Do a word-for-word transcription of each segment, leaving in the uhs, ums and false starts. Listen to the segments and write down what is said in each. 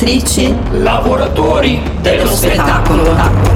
lavoratrici, lavoratori dello spettacolo.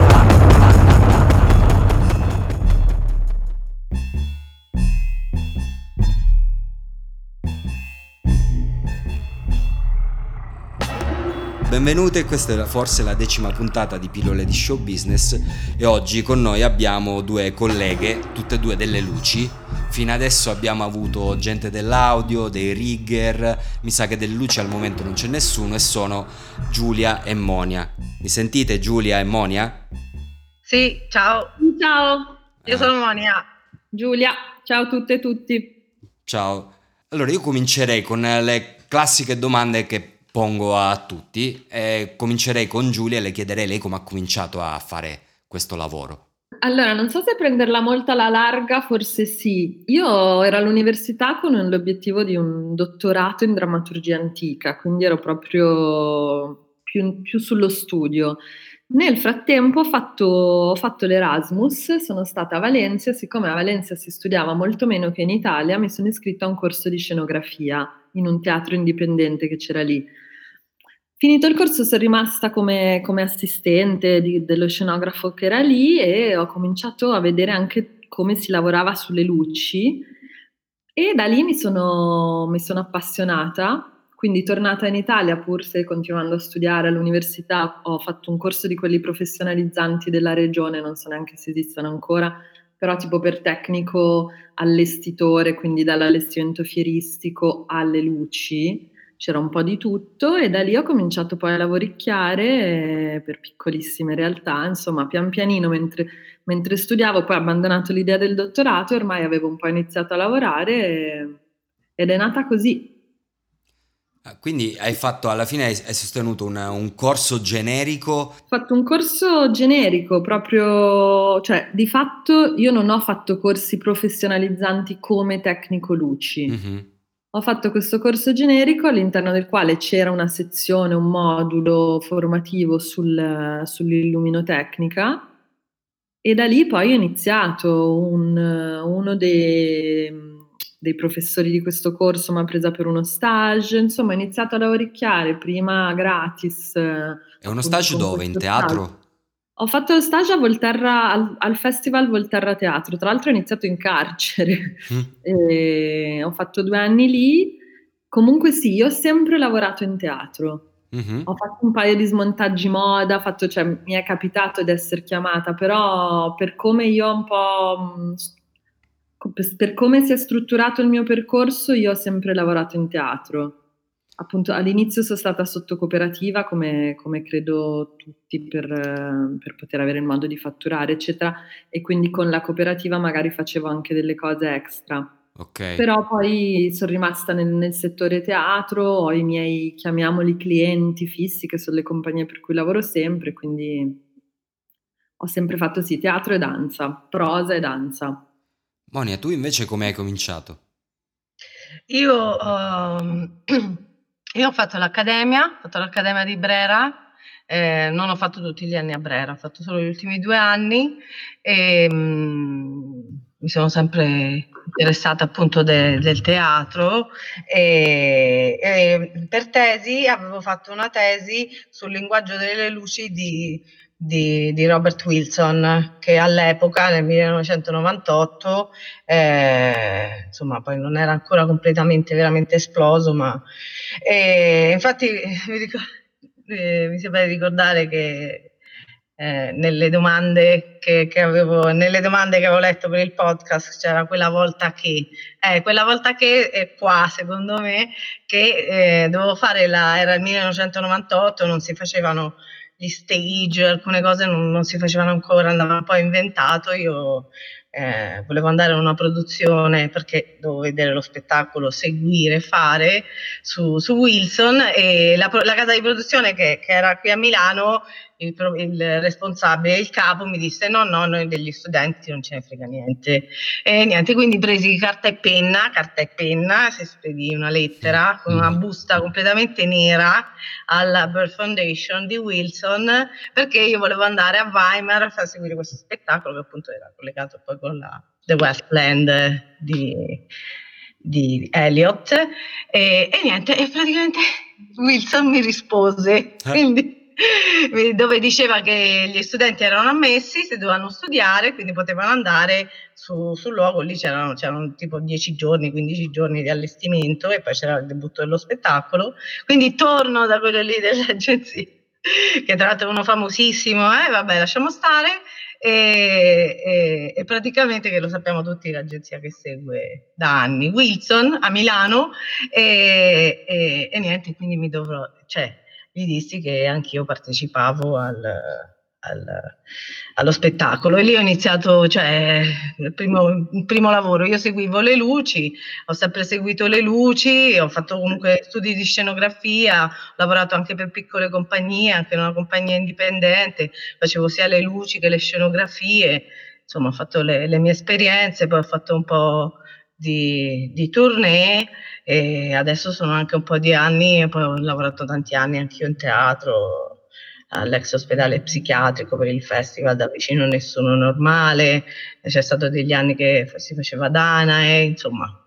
Benvenute, questa è forse la decima puntata di Pillole di Show Business e oggi con noi abbiamo due colleghe, tutte e due delle luci. Fino adesso abbiamo avuto gente dell'audio, dei rigger, mi sa che delle luci al momento non c'è nessuno e sono Giulia e Monia. Mi sentite Giulia e Monia? Sì, ciao. Ciao, Io Ah. sono Monia. Giulia, ciao a tutte e tutti. Ciao. Allora io comincerei con le classiche domande che pongo a tutti e comincerei con Giulia e le chiederei lei come ha cominciato a fare questo lavoro. Allora, non so se prenderla molto alla larga, forse sì. Io ero all'università con l'obiettivo di un dottorato in drammaturgia antica, quindi ero proprio più, più sullo studio. Nel frattempo ho fatto, ho fatto l'Erasmus, sono stata a Valencia, siccome a Valencia si studiava molto meno che in Italia, mi sono iscritta a un corso di scenografia in un teatro indipendente che c'era lì. Finito il corso sono rimasta come, come assistente di- dello scenografo che era lì e ho cominciato a vedere anche come si lavorava sulle luci e da lì mi sono, mi sono appassionata. Quindi tornata in Italia, pur se continuando a studiare all'università, ho fatto un corso di quelli professionalizzanti della regione, non so neanche se esistono ancora, però tipo per tecnico allestitore, quindi dall'allestimento fieristico alle luci c'era un po' di tutto e da lì ho cominciato poi a lavoricchiare eh, per piccolissime realtà, insomma, pian pianino mentre, mentre studiavo, poi ho abbandonato l'idea del dottorato e ormai avevo un po' iniziato a lavorare e- ed è nata così. Ah, quindi hai fatto, alla fine hai, hai sostenuto un, un corso generico. Ho fatto un corso generico, proprio, cioè di fatto io non ho fatto corsi professionalizzanti come tecnico luci. Mhm. Ho fatto questo corso generico all'interno del quale c'era una sezione, un modulo formativo sul- sull'illuminotecnica e da lì poi ho iniziato. Un- uno dei, dei professori di questo corso mi ha presa per uno stage, insomma ho iniziato a lavoricchiare prima gratis. eh, È uno appunto stage con dove? In questo stage. teatro? Ho fatto lo stage a Volterra, al, al Festival Volterra Teatro, tra l'altro ho iniziato in carcere. Mm. E ho fatto due anni lì. Comunque sì, io ho sempre lavorato in teatro. Mhm. Ho fatto un paio di smontaggi moda, ho fatto- cioè, mi è capitato di essere chiamata, però per come io ho un po', mh, s- per per come si è strutturato il mio percorso, io ho sempre lavorato in teatro. Appunto, all'inizio sono stata sotto cooperativa, come, come credo tutti, per, eh, per poter avere il modo di fatturare, eccetera, e quindi con la cooperativa magari facevo anche delle cose extra. Ok. Però poi sono rimasta nel, nel settore teatro, ho i miei, chiamiamoli clienti fissi, che sono le compagnie per cui lavoro sempre, quindi ho sempre fatto sì, teatro e danza, prosa e danza. Monia, tu invece come hai cominciato? Io, ehm, io ho fatto l'accademia, ho fatto l'accademia di Brera, eh, non ho fatto tutti gli anni a Brera, ho fatto solo gli ultimi due anni e mm, mi sono sempre interessata appunto de- del teatro e, e per tesi avevo fatto una tesi sul linguaggio delle luci di, di, di Robert Wilson, che all'epoca, nel millenovecentonovantotto, eh, insomma, poi non era ancora completamente veramente esploso, ma eh, infatti mi, ricor- eh, mi sembra di ricordare che eh, nelle domande che, che avevo nelle domande che avevo letto per il podcast c'era quella volta che eh, quella volta che è qua secondo me che eh, dovevo fare la era il millenovecentonovantotto, non si facevano gli stage, alcune cose non, non si facevano ancora, andavano poi inventato. Io eh, volevo andare a una produzione perché dovevo vedere lo spettacolo, seguire, fare su, su Wilson e la, la casa di produzione che, che era qui a Milano, il, il responsabile, il capo mi disse no, no, noi degli studenti non ce ne frega niente. E niente, quindi presi carta e penna, carta e penna, si spedì una lettera con una busta completamente nera alla Birth Foundation di Wilson perché io volevo andare a Weimar a far seguire questo spettacolo che appunto era collegato poi con la The Westland di, di Elliott e, e niente, e praticamente Wilson mi rispose, quindi dove diceva che gli studenti erano ammessi se dovevano studiare, quindi potevano andare su, sul luogo. Lì c'erano, c'erano tipo dieci giorni, quindici giorni di allestimento e poi c'era il debutto dello spettacolo. Quindi torno da quello lì dell'agenzia, che tra l'altro è uno famosissimo, eh, vabbè, lasciamo stare. E, e, e praticamente, che lo sappiamo tutti, l'agenzia che segue da anni, Wilson, a Milano, e, e, e niente, quindi mi dovrò, cioè gli dissi che anch'io partecipavo al, al, allo spettacolo, e lì ho iniziato, cioè il primo, il primo lavoro, io seguivo le luci, ho sempre seguito le luci, ho fatto comunque studi di scenografia, ho lavorato anche per piccole compagnie, anche in una compagnia indipendente, facevo sia le luci che le scenografie, insomma ho fatto le, le mie esperienze, poi ho fatto un po' di, di tournée e adesso sono anche un po' di anni, e poi ho lavorato tanti anni anch'io in teatro, all'ex ospedale psichiatrico per il festival Da vicino nessuno normale, c'è stato degli anni che si faceva Danae, insomma.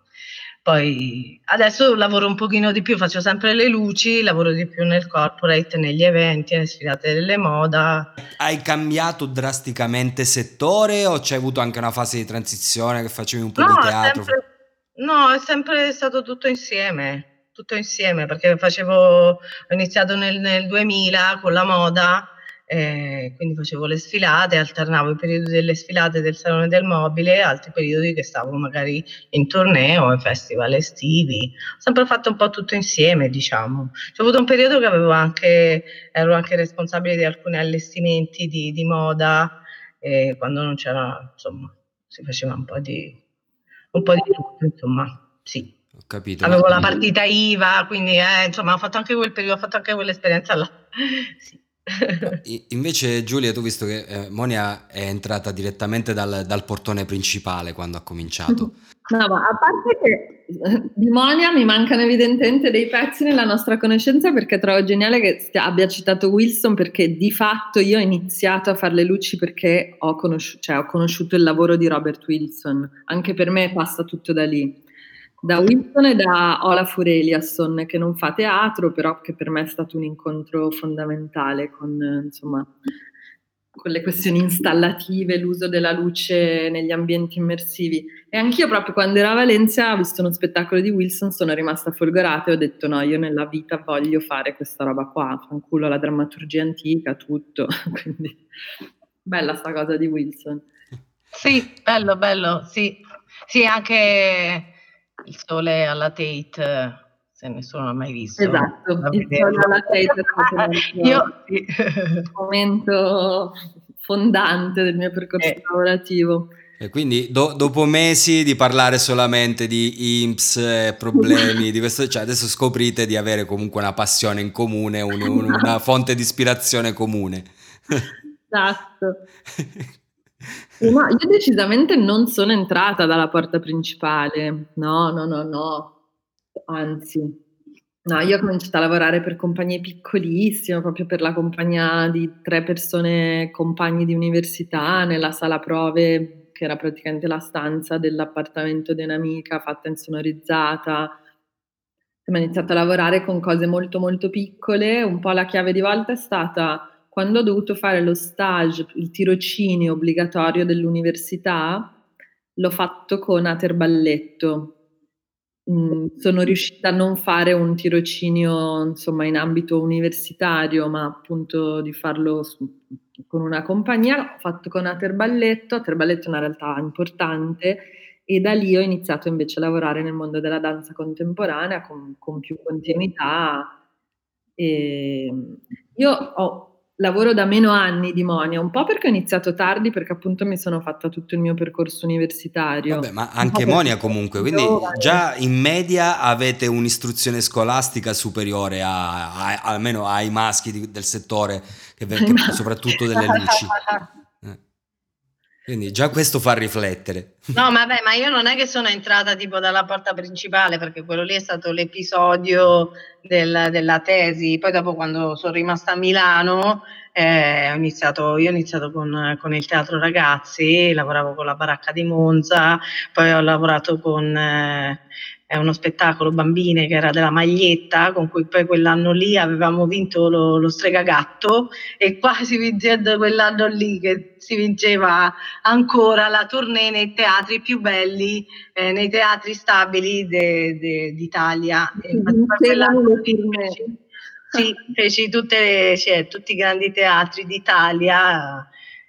Poi adesso lavoro un pochino di più, faccio sempre le luci, lavoro di più nel corporate, negli eventi, nelle sfilate delle moda. Hai cambiato drasticamente settore o c'hai avuto anche una fase di transizione che facevi un po' No, di è teatro? sempre, no, è sempre stato tutto insieme, tutto insieme, perché facevo, ho iniziato nel, nel duemila con la moda, eh, quindi facevo le sfilate, alternavo i periodi delle sfilate del Salone del Mobile, altri periodi che stavo magari in tournée o in festival estivi. Ho sempre fatto un po' tutto insieme, diciamo. C'è avuto un periodo che avevo anche, ero anche responsabile di alcuni allestimenti di, di moda, eh, quando non c'era, insomma, si faceva un po' di un po' di tutto, insomma, sì. Ho capito, ma Avevo la partita I V A, quindi eh, insomma ho fatto anche quel periodo, ho fatto anche quell'esperienza là. Sì. I- invece Giulia, tu visto che eh, Monia è entrata direttamente dal, dal portone principale quando ha cominciato. No, ma a parte che eh, di Monia mi mancano evidentemente dei pezzi nella nostra conoscenza, perché trovo geniale che stia- abbia citato Wilson, perché di fatto io ho iniziato a fare le luci perché ho, conosci- cioè, ho conosciuto il lavoro di Robert Wilson. Anche per me passa tutto da lì. Da Wilson e da Olaf Eliasson, che non fa teatro, però che per me è stato un incontro fondamentale con, eh, insomma, con le questioni installative, l'uso della luce negli ambienti immersivi. E anch'io proprio quando ero a Valencia ho visto uno spettacolo di Wilson, sono rimasta folgorata e ho detto no, io nella vita voglio fare questa roba qua, fanculo la drammaturgia antica, tutto. Quindi bella sta cosa di Wilson. Sì, bello, bello, sì. Sì, anche Il sole alla Tate, se nessuno l'ha mai visto. Esatto, da il vederlo. sole alla Tate è stato un altro Io sì. momento fondante del mio percorso Eh. lavorativo. E quindi do- dopo mesi di parlare solamente di I N P S e problemi di questo, cioè adesso scoprite di avere comunque una passione in comune, un- un- una fonte di ispirazione comune. Esatto. No, io decisamente non sono entrata dalla porta principale, no, no, no, no, anzi, no, io ho cominciato a lavorare per compagnie piccolissime, proprio per la compagnia di tre persone, compagni di università, nella sala prove, che era praticamente la stanza dell'appartamento di un'amica fatta insonorizzata. Ho iniziato a lavorare con cose molto molto piccole, un po' la chiave di volta è stata quando ho dovuto fare lo stage, il tirocinio obbligatorio dell'università, l'ho fatto con Aterballetto. Mm, sono riuscita a non fare un tirocinio, insomma, in ambito universitario, ma appunto di farlo su- con una compagnia. L'ho fatto con Aterballetto. Aterballetto è una realtà importante e da lì ho iniziato invece a lavorare nel mondo della danza contemporanea con, con più continuità. E io ho- lavoro da meno anni di Monia, un po' perché ho iniziato tardi, perché appunto mi sono fatta tutto il mio percorso universitario. Vabbè, ma Un po' anche perché Monia sono comunque, più quindi giovane. già in media avete un'istruzione scolastica superiore a, a- almeno ai maschi di- del settore, che, ve- che- soprattutto delle luci. Eh. Quindi già questo fa riflettere. No, vabbè, ma io non è che sono entrata tipo dalla porta principale, perché quello lì è stato l'episodio del- della tesi. Poi dopo, quando sono rimasta a Milano, eh, ho iniziato, io ho iniziato con, con il Teatro Ragazzi, lavoravo con la Baracca di Monza, poi ho lavorato con, eh, è uno spettacolo bambine che era della maglietta, con cui poi quell'anno lì avevamo vinto lo, lo Stregagatto, e quasi vincendo quell'anno lì che si vinceva ancora la tournée nei teatri più belli, eh, nei teatri stabili de, de, d'Italia. E quell'anno lì feci, sì, feci tutte, cioè, tutti i grandi teatri d'Italia.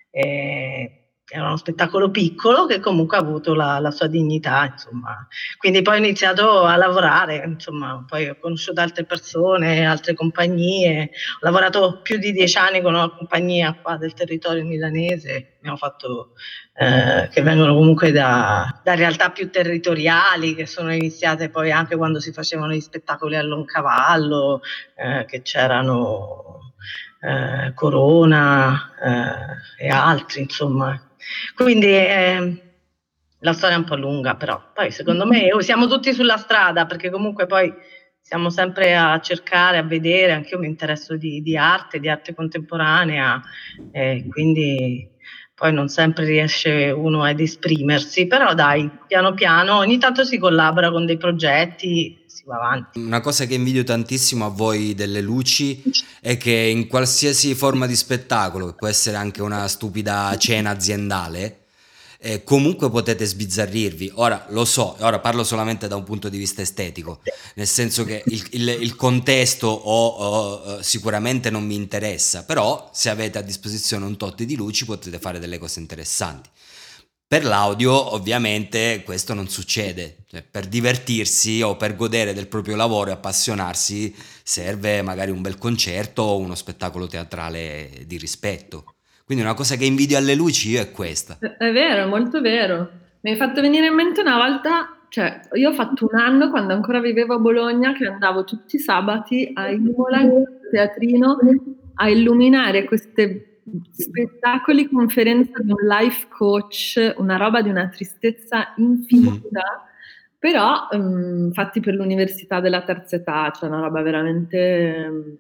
Eh, era uno spettacolo piccolo che comunque ha avuto la, la sua dignità, insomma. Quindi poi ho iniziato a lavorare, insomma, poi ho conosciuto altre persone, altre compagnie, ho lavorato più di dieci anni con una compagnia qua del territorio milanese, abbiamo fatto, eh, che vengono comunque da, da realtà più territoriali, che sono iniziate poi anche quando si facevano gli spettacoli a Loncavallo, eh, che c'erano eh, Corona eh, e altri, insomma. Quindi eh, la storia è un po' lunga, però poi secondo me oh, siamo tutti sulla strada, perché comunque poi siamo sempre a cercare, a vedere, anche io mi interesso di, di arte, di arte contemporanea, eh, quindi poi non sempre riesce uno ad esprimersi, però dai, piano piano, ogni tanto si collabora con dei progetti, si va avanti. Una cosa che invidio tantissimo a voi delle luci è che in qualsiasi forma di spettacolo, che può essere anche una stupida cena aziendale, eh, comunque potete sbizzarrirvi. Ora lo so, ora parlo solamente da un punto di vista estetico, nel senso che il, il, il contesto o, o, sicuramente non mi interessa, però se avete a disposizione un tot di luci potete fare delle cose interessanti. Per l'audio ovviamente questo non succede, cioè, per divertirsi o per godere del proprio lavoro e appassionarsi serve magari un bel concerto o uno spettacolo teatrale di rispetto. Quindi una cosa che invidio alle luci io è questa. È vero, è molto vero. Mi hai fatto venire in mente una volta, cioè io ho fatto un anno quando ancora vivevo a Bologna che andavo tutti i sabati a Imola, in teatrino, a illuminare queste spettacoli, conferenza di un life coach, una roba di una tristezza infinita, mm. però um, fatti per l'università della terza età, cioè una roba veramente, um,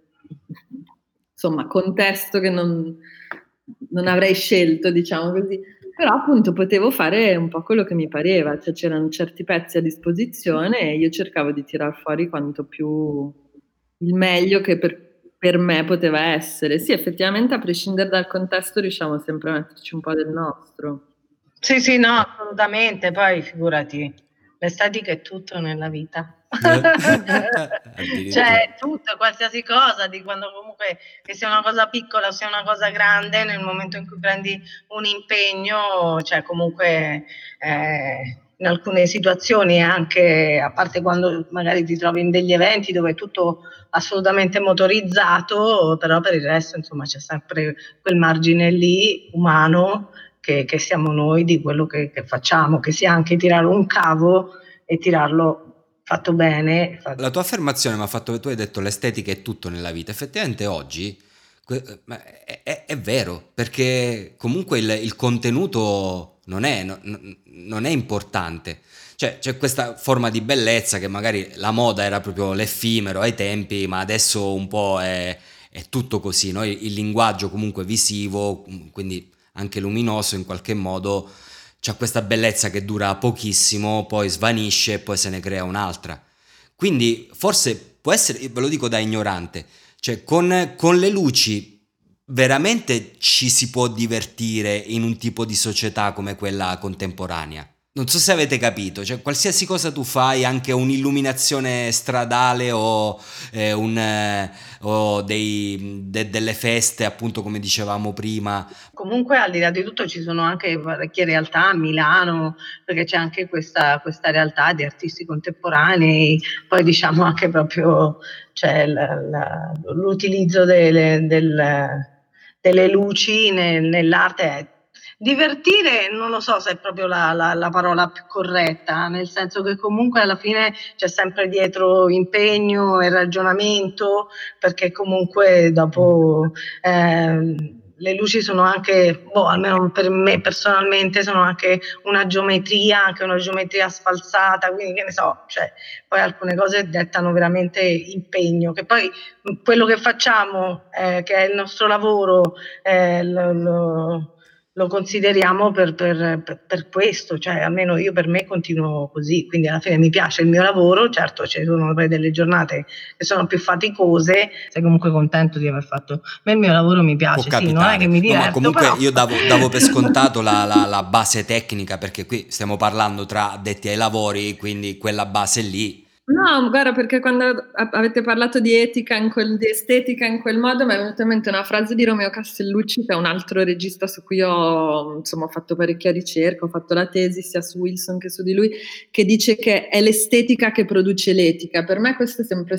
insomma, contesto che non, non avrei scelto, diciamo così. Però appunto potevo fare un po' quello che mi pareva, cioè c'erano certi pezzi a disposizione e io cercavo di tirar fuori quanto più il meglio che per per me poteva essere. Sì, effettivamente a prescindere dal contesto riusciamo sempre a metterci un po' del nostro. Sì, sì, no, assolutamente. Poi figurati, l'estetica è tutto nella vita. Cioè, tutto, qualsiasi cosa, di quando comunque che sia una cosa piccola o sia una cosa grande, nel momento in cui prendi un impegno, cioè comunque eh, in alcune situazioni, anche a parte quando magari ti trovi in degli eventi dove è tutto assolutamente motorizzato, però per il resto insomma c'è sempre quel margine lì umano che, che siamo noi di quello che, che facciamo, che sia anche tirare un cavo e tirarlo fatto bene. La tua affermazione mi ha fatto, tu hai detto l'estetica è tutto nella vita, effettivamente oggi è, è, è vero, perché comunque il, il contenuto non è, non, non è importante. Cioè, c'è questa forma di bellezza che magari la moda era proprio l'effimero ai tempi, ma adesso un po' è, è tutto così, no? Il, il linguaggio comunque visivo, quindi anche luminoso in qualche modo, c'ha questa bellezza che dura pochissimo, poi svanisce e poi se ne crea un'altra. Quindi forse può essere, ve lo dico da ignorante, cioè con, con le luci veramente ci si può divertire in un tipo di società come quella contemporanea. Non so se avete capito, cioè qualsiasi cosa tu fai, anche un'illuminazione stradale o, eh, un, eh, o dei, de, delle feste, appunto come dicevamo prima. Comunque al di là di tutto ci sono anche parecchie realtà a Milano, perché c'è anche questa, questa realtà di artisti contemporanei, poi diciamo anche proprio cioè, la, la, l'utilizzo delle, del, delle luci nel, nell'arte. Divertire non lo so se è proprio la, la, la parola più corretta, nel senso che comunque alla fine c'è sempre dietro impegno e ragionamento, perché comunque dopo eh, le luci sono anche, boh, almeno per me personalmente, sono anche una geometria, anche una geometria sfalsata, quindi che ne so, cioè, poi alcune cose dettano veramente impegno, che poi quello che facciamo, eh, che è il nostro lavoro, eh, lo, lo lo consideriamo per, per, per, per questo, cioè almeno io per me continuo così, quindi alla fine mi piace il mio lavoro, certo ci sono poi delle giornate che sono più faticose, sei comunque contento di aver fatto, a me il mio lavoro mi Può piace, sì, non è che capitare. mi No, ma diverto, comunque però... io davo, davo per scontato la, la- la base tecnica, perché qui stiamo parlando tra addetti ai lavori, quindi quella base lì. No, guarda, perché quando a- avete parlato di etica, in quel, di estetica in quel modo, mi è venuta in mente una frase di Romeo Castellucci, che è un altro regista su cui ho, insomma, ho fatto parecchia ricerca, ho fatto la tesi sia su Wilson che su di lui, che dice che è l'estetica che produce l'etica. Per me questo è sempre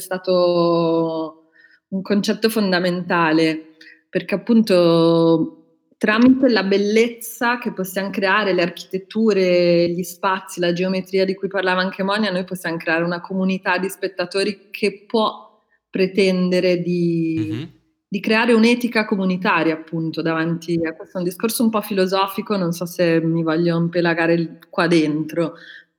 stato un concetto fondamentale, perché appunto tramite la bellezza che possiamo creare, le architetture, gli spazi, la geometria di cui parlava anche Monia, noi possiamo creare una comunità di spettatori che può pretendere di, Mhm. di creare un'etica comunitaria, appunto, davanti a questo. È un discorso un po' filosofico, non so se mi voglio impelagare qua dentro,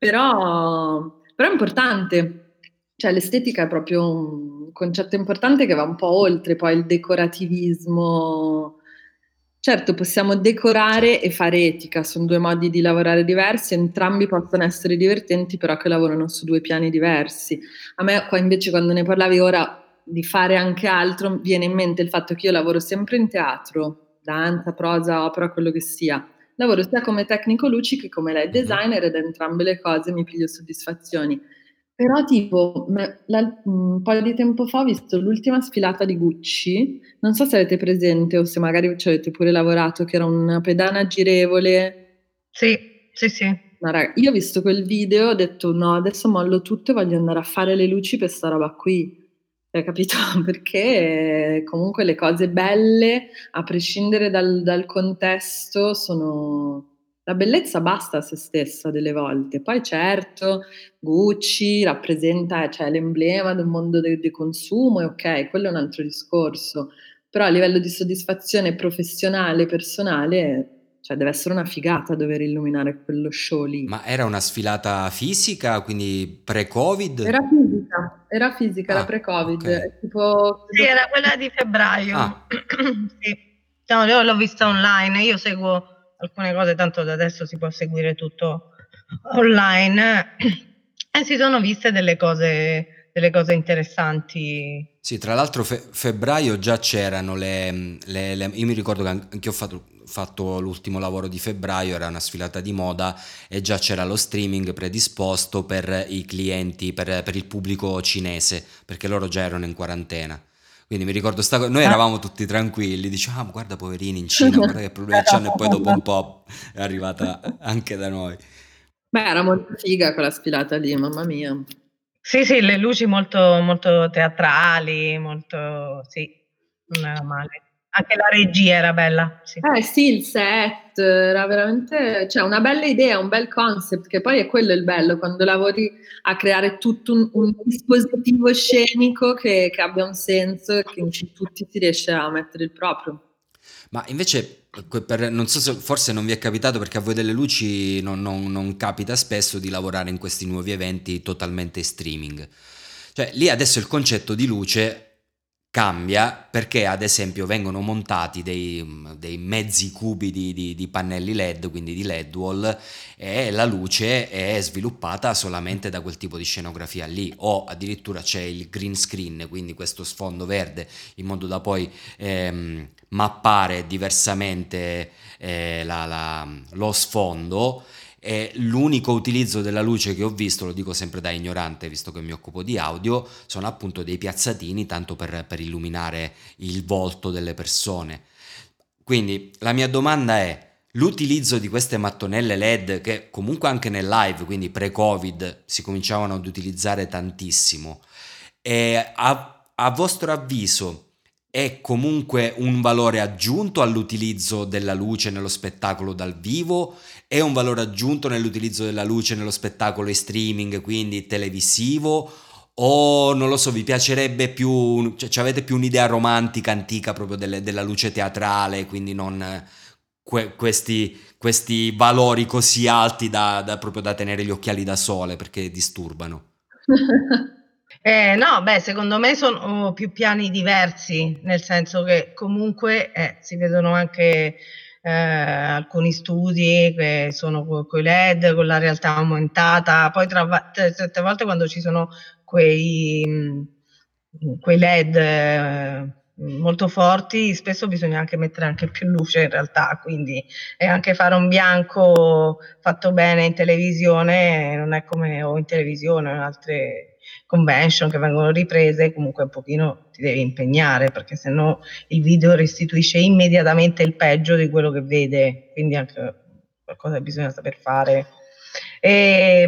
però, però è importante. Cioè l'estetica è proprio un concetto importante che va un po' oltre poi il decorativismo. Certo, possiamo decorare Certo. e fare etica, sono due modi di lavorare diversi, entrambi possono essere divertenti, però che lavorano su due piani diversi. A me qua invece quando ne parlavi ora di fare anche altro, viene in mente il fatto che io lavoro sempre in teatro, danza, prosa, opera, quello che sia. Lavoro sia come tecnico luci che come light Mhm. designer e da entrambe le cose mi piglio soddisfazioni. Però tipo, me- la- un po' di tempo fa ho visto l'ultima sfilata di Gucci, non so se avete presente o se magari ci avete pure lavorato, che era una pedana girevole. Sì, sì, sì. Ma raga, io ho visto quel video, ho detto no, adesso mollo tutto e voglio andare a fare le luci per sta roba qui. Hai capito? Perché comunque le cose belle, a prescindere dal, dal contesto, sono... La bellezza basta a se stessa delle volte. Poi certo, Gucci rappresenta, cioè, l'emblema del mondo del, del consumo, e ok, quello è un altro discorso. Però a livello di soddisfazione professionale, personale, cioè deve essere una figata dover illuminare quello show lì. Ma era una sfilata fisica, quindi pre-Covid? Era fisica, era fisica, era Ah, ok. pre-Covid, è tipo... Sì, era quella di febbraio. Ah, Sì. No, io l'ho vista online, io seguo alcune cose, tanto da adesso si può seguire tutto online e si sono viste delle cose, delle cose interessanti. sì, tra l'altro fe- febbraio già c'erano le, le- le- Io mi ricordo che an- anche io ho fatto, fatto l'ultimo lavoro di febbraio, era una sfilata di moda e già c'era lo streaming predisposto per i clienti, per, per il pubblico cinese, perché loro già erano in quarantena. Quindi mi ricordo, sta co- noi eravamo tutti tranquilli, dicevamo, ah, guarda poverini in Cina, guarda che problemi c'hanno, e poi dopo un po' è arrivata anche da noi. Beh, era molto figa quella sfilata lì, mamma mia. Sì, sì, le luci molto, molto teatrali, molto, sì, non era male. Anche la regia era bella, sì. Eh sì, il set era veramente, cioè una bella idea, un bel concept, che poi è quello il bello, quando lavori a creare tutto un, un dispositivo scenico che, che abbia un senso e che in cui tutti si riesce a mettere il proprio. Ma invece, que- per- non so se forse non vi è capitato, perché a voi delle luci non, non- non capita spesso di lavorare in questi nuovi eventi totalmente streaming. Cioè, lì adesso il concetto di luce cambia, perché ad esempio vengono montati dei, dei mezzi cubi di, di- di pannelli L E D, quindi di L E D wall, e la luce è sviluppata solamente da quel tipo di scenografia lì, o addirittura c'è il green screen, quindi questo sfondo verde, in modo da poi ehm, mappare diversamente eh, la- la- lo sfondo. E l'unico utilizzo della luce che ho visto, lo dico sempre da ignorante visto che mi occupo di audio, sono appunto dei piazzatini, tanto per, per illuminare il volto delle persone. Quindi la mia domanda è: l'utilizzo di queste mattonelle L E D, che comunque anche nel live, quindi pre-Covid, si cominciavano ad utilizzare tantissimo, e a, a vostro avviso è comunque un valore aggiunto all'utilizzo della luce nello spettacolo dal vivo? È un valore aggiunto nell'utilizzo della luce nello spettacolo in streaming, quindi televisivo? O non lo so, vi piacerebbe più, cioè, cioè avete più un'idea romantica, antica proprio delle- della luce teatrale, quindi non eh, que- questi, questi valori così alti da, da proprio da tenere gli occhiali da sole perché disturbano? Eh, no, beh, secondo me sono più piani diversi, nel senso che comunque eh, si vedono anche eh, alcuni studi che sono con i L E D, con la realtà aumentata, poi tra, certe volte quando ci sono quei, quei L E D eh, molto forti, spesso bisogna anche mettere anche più luce in realtà, quindi e anche fare un bianco fatto bene in televisione non è come o in televisione o in altre convention che vengono riprese, comunque un pochino ti devi impegnare, perché sennò il video restituisce immediatamente il peggio di quello che vede, quindi anche qualcosa bisogna saper fare. E,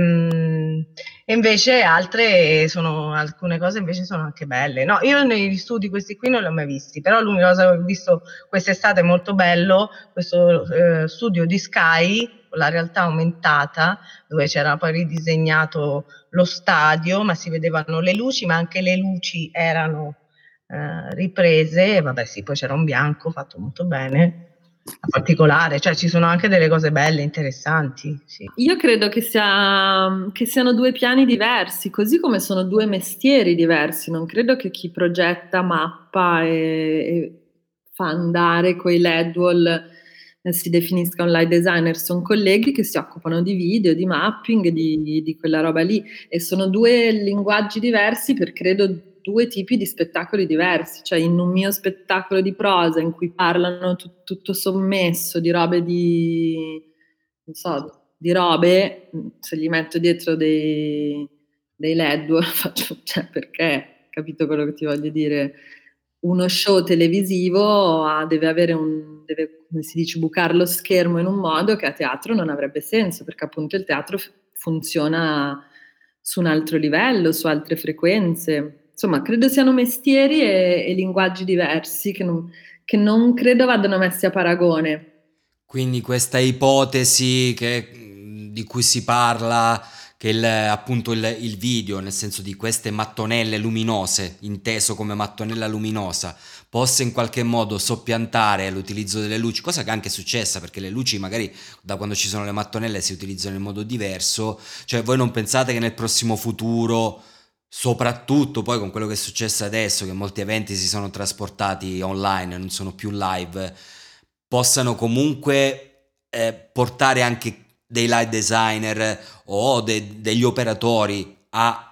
e invece altre sono, alcune cose invece sono anche belle. No, io negli studi questi qui non li ho mai visti, però l'unica cosa che ho visto quest'estate molto bello, questo eh, studio di Sky, con la realtà aumentata, dove c'era poi ridisegnato lo stadio, ma si vedevano le luci, ma anche le luci erano eh, riprese, vabbè sì, poi c'era un bianco fatto molto bene, particolare, cioè ci sono anche delle cose belle, interessanti. Sì. Io credo che, sia, che siano due piani diversi, così come sono due mestieri diversi. Non credo che chi progetta, mappa e, e fa andare coi L E D wall eh, si definisca un light designer. Sono colleghi che si occupano di video, di mapping, di, di quella roba lì, e sono due linguaggi diversi per credo due tipi di spettacoli diversi. Cioè in un mio spettacolo di prosa in cui parlano t- tutto sommesso di robe di, non so, di robe, se gli metto dietro dei, dei L E D, faccio, cioè perché, capito quello che ti voglio dire? Uno show televisivo ah, deve avere un, deve, come si dice, bucare lo schermo in un modo che a teatro non avrebbe senso, perché appunto il teatro f- funziona su un altro livello, su altre frequenze. Insomma, credo siano mestieri e, e linguaggi diversi che non, che non credo vadano messi a paragone. Quindi questa ipotesi che, di cui si parla, che il, appunto il, il video, nel senso di queste mattonelle luminose, inteso come mattonella luminosa, possa in qualche modo soppiantare l'utilizzo delle luci, cosa che anche è successa, perché le luci magari da quando ci sono le mattonelle si utilizzano in modo diverso. Cioè voi non pensate che nel prossimo futuro, soprattutto poi con quello che è successo adesso, che molti eventi si sono trasportati online, non sono più live, possano comunque eh, portare anche dei light designer o de- degli operatori a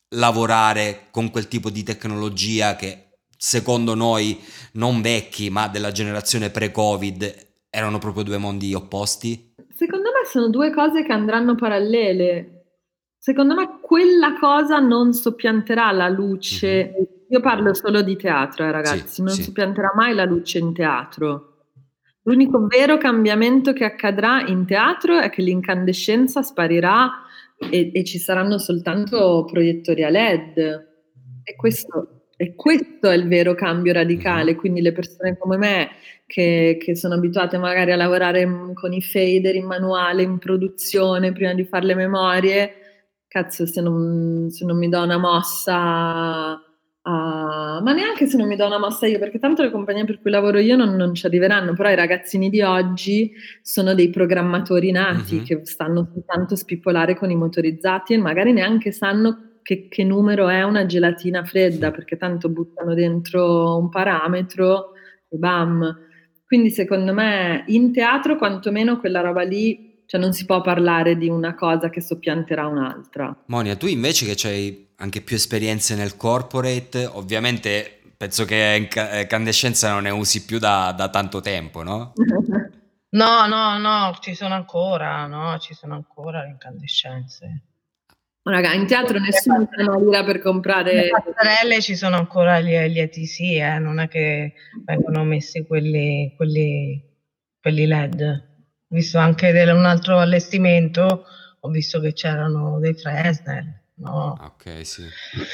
lavorare con quel tipo di tecnologia che secondo noi non vecchi ma della generazione pre-Covid erano proprio due mondi opposti? Secondo me sono due cose che andranno parallele. Secondo me quella cosa non soppianterà la luce. Mhm. Io parlo solo di teatro, eh, ragazzi, Sì, non sì. soppianterà mai la luce in teatro. L'unico vero cambiamento che accadrà in teatro è che l'incandescenza sparirà e, e ci saranno soltanto proiettori a L E D. E questo, e questo è il vero cambio radicale. Mhm. Quindi le persone come me, che, che sono abituate magari a lavorare con i fader in manuale, in produzione, prima di fare le memorie, cazzo, se non, se non mi do una mossa... Uh, ma neanche se non mi do una mossa io, perché tanto le compagnie per cui lavoro io non, non ci arriveranno, però i ragazzini di oggi sono dei programmatori nati Mhm. che stanno soltanto spippolare con i motorizzati e magari neanche sanno che, che numero è una gelatina fredda, Mm. perché tanto buttano dentro un parametro e bam. Quindi secondo me in teatro quantomeno quella roba lì, cioè non si può parlare di una cosa che soppianterà un'altra. Monia, tu invece che hai anche più esperienze nel corporate, ovviamente penso che in ca- incandescenza non ne usi più da, da tanto tempo, no? No, no, no, ci sono ancora, no, ci sono ancora le incandescenze. Raga, in teatro nessuno usa una lira per Le comprare. passerelle ci sono ancora gli, gli E T C, eh, non è che vengono messi quelli, quelli, quelli L E D. Ho visto anche del- un altro allestimento, ho visto che c'erano dei Fresnel, no? Ok, sì.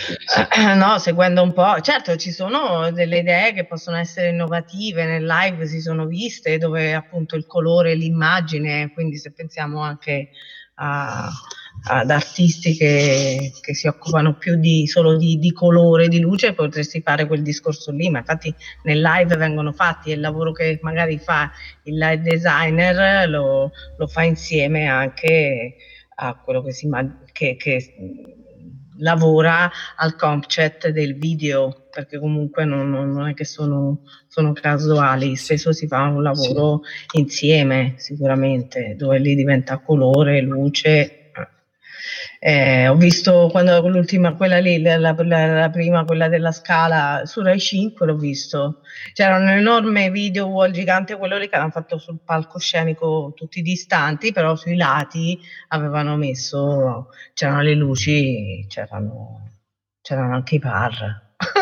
No, seguendo un po', certo ci sono delle idee che possono essere innovative, nel live si sono viste, dove appunto il colore, l'immagine, quindi se pensiamo anche a, ad artisti che, che si occupano più di solo di, di colore, di luce, potresti fare quel discorso lì, ma infatti nel live vengono fatti e il lavoro che magari fa il light designer lo, lo fa insieme anche a quello che si immagina che, che lavora al comp-chat del video, perché comunque non, non- non è che sono, sono casuali, spesso si fa un lavoro insieme sicuramente, dove lì diventa colore, luce. Eh, ho visto quando l'ultima, quella lì, la, la- la- la prima, quella della Scala, su Rai cinque l'ho visto. C'era un enorme video wall gigante, quello lì che hanno fatto sul palcoscenico tutti distanti, però sui lati avevano messo, c'erano le luci, c'erano, c'erano anche i par.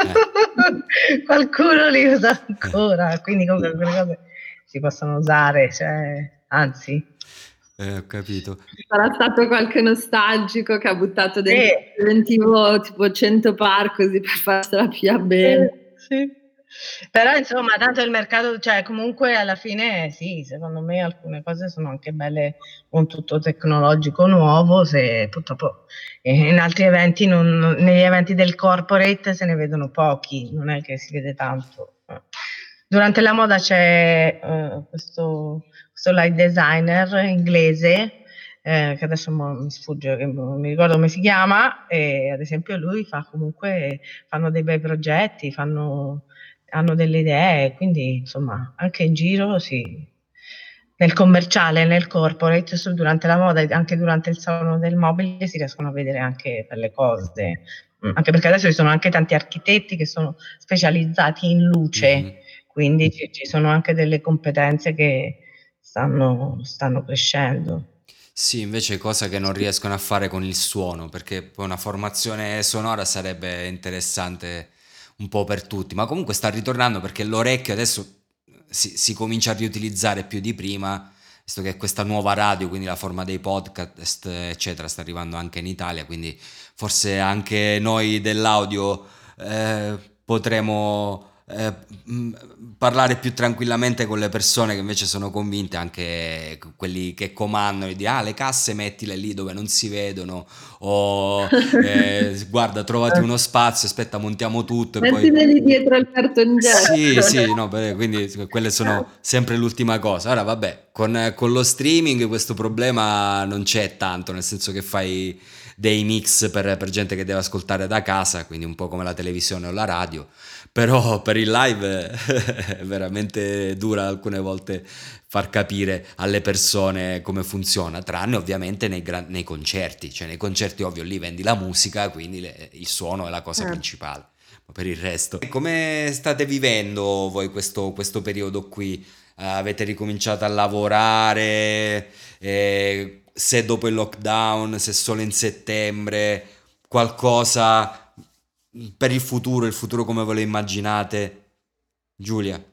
Qualcuno li usa ancora, quindi comunque quelle cose si possono usare, cioè, anzi. Eh, ho capito. Sarà stato qualche nostalgico che ha buttato dentro Sì. il preventivo tipo cento par così per farsela più a bene. Sì, sì. Però insomma, tanto il mercato, cioè comunque alla fine sì, secondo me alcune cose sono anche belle con tutto tecnologico nuovo, se purtroppo eh, in altri eventi, non, non- negli eventi del corporate se ne vedono pochi, non è che si vede tanto. Durante la moda c'è eh, questo, questo light designer inglese eh, che adesso mo mi sfugge, che non mi ricordo come si chiama, e ad esempio lui fa comunque, fanno dei bei progetti, fanno, hanno delle idee, quindi insomma anche in giro sì, nel commerciale, nel corporate, su- durante la moda e anche durante il salone del mobile si riescono a vedere anche belle cose. Mm, Anche perché adesso ci sono anche tanti architetti che sono specializzati in luce, Mhm. quindi ci, ci sono anche delle competenze che stanno, stanno crescendo. Sì, invece cosa che non riescono a fare con il suono, perché poi una formazione sonora sarebbe interessante un po' per tutti, ma comunque sta ritornando perché l'orecchio adesso si, si comincia a riutilizzare più di prima, visto che questa nuova radio, quindi la forma dei podcast, eccetera, sta arrivando anche in Italia, quindi forse anche noi dell'audio eh, potremo eh, mh, parlare più tranquillamente con le persone che invece sono convinte, anche quelli che comandano, e di ah, le casse mettile lì dove non si vedono, o eh, guarda, trovati uno spazio, aspetta, montiamo tutto e poi Mettimeli dietro al cartongesso. sì, sì, no, beh, quindi quelle sono sempre l'ultima cosa. Ora, vabbè, con, con lo streaming questo problema non c'è tanto, nel senso che fai dei mix per, per gente che deve ascoltare da casa, quindi un po' come la televisione o la radio, però per il live è veramente dura alcune volte far capire alle persone come funziona, tranne ovviamente nei, gran- nei concerti, cioè nei concerti ovvio lì vendi la musica, quindi le- il suono è la cosa Eh. principale. Ma per il resto, come state vivendo voi questo, questo periodo qui? Eh, avete ricominciato a lavorare? Eh, se dopo il lockdown, se solo in settembre, qualcosa per il futuro, il futuro come ve lo immaginate? Giulia.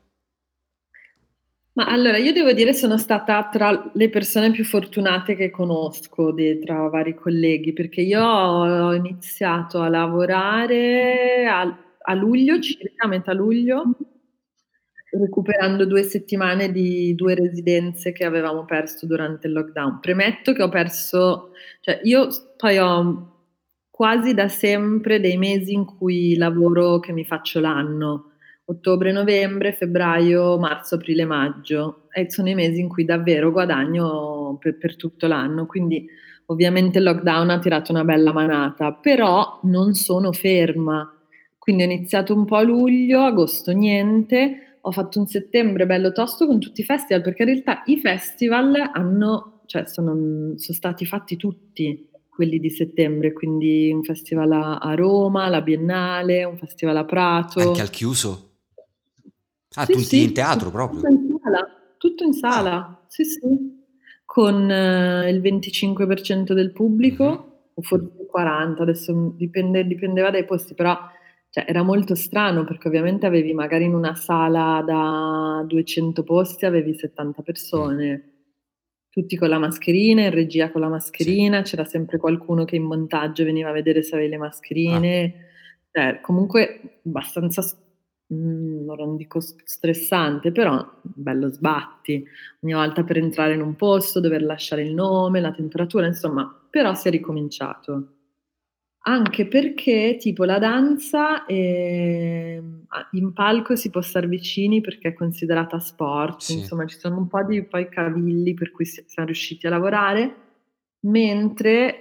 Ma allora, io devo dire sono stata tra le persone più fortunate che conosco de- tra vari colleghi, perché io ho iniziato a lavorare a, a luglio, circa a metà luglio, recuperando due settimane di due residenze che avevamo perso durante il lockdown. Premetto che ho perso, cioè io poi ho quasi da sempre dei mesi in cui lavoro che mi faccio l'anno, ottobre, novembre, febbraio, marzo, aprile, maggio, e sono i mesi in cui davvero guadagno per, per tutto l'anno, quindi ovviamente il lockdown ha tirato una bella manata, però non sono ferma. Quindi ho iniziato un po' a luglio, agosto niente, ho fatto un settembre bello tosto con tutti i festival, perché in realtà i festival hanno, cioè sono, sono stati fatti tutti quelli di settembre, quindi un festival a, a Roma, la Biennale, un festival a Anche Prato. al chiuso? Ah, Sì, tutti in sì, teatro tutto proprio? in sala, tutto in Ah. sala, sì, sì, con eh, il venticinque per cento del Mhm. pubblico, o forse il quaranta per cento, adesso dipende- dipendeva dai posti, però cioè, era molto strano perché ovviamente avevi magari in una sala da duecento posti, avevi settanta Mm. persone, tutti con la mascherina, in regia con la Sì. mascherina, c'era sempre qualcuno che in montaggio veniva a vedere se avevi le Ah. mascherine, cioè, comunque abbastanza, mm, non dico st- stressante, però bello sbatti, ogni volta per entrare in un posto, dover lasciare il nome, la temperatura, insomma, però si è ricominciato. Anche perché tipo la danza ehm, a- in palco si può star vicini perché è considerata sport, Sì. insomma ci sono un po' di poi cavilli per cui si- siamo riusciti a lavorare, mentre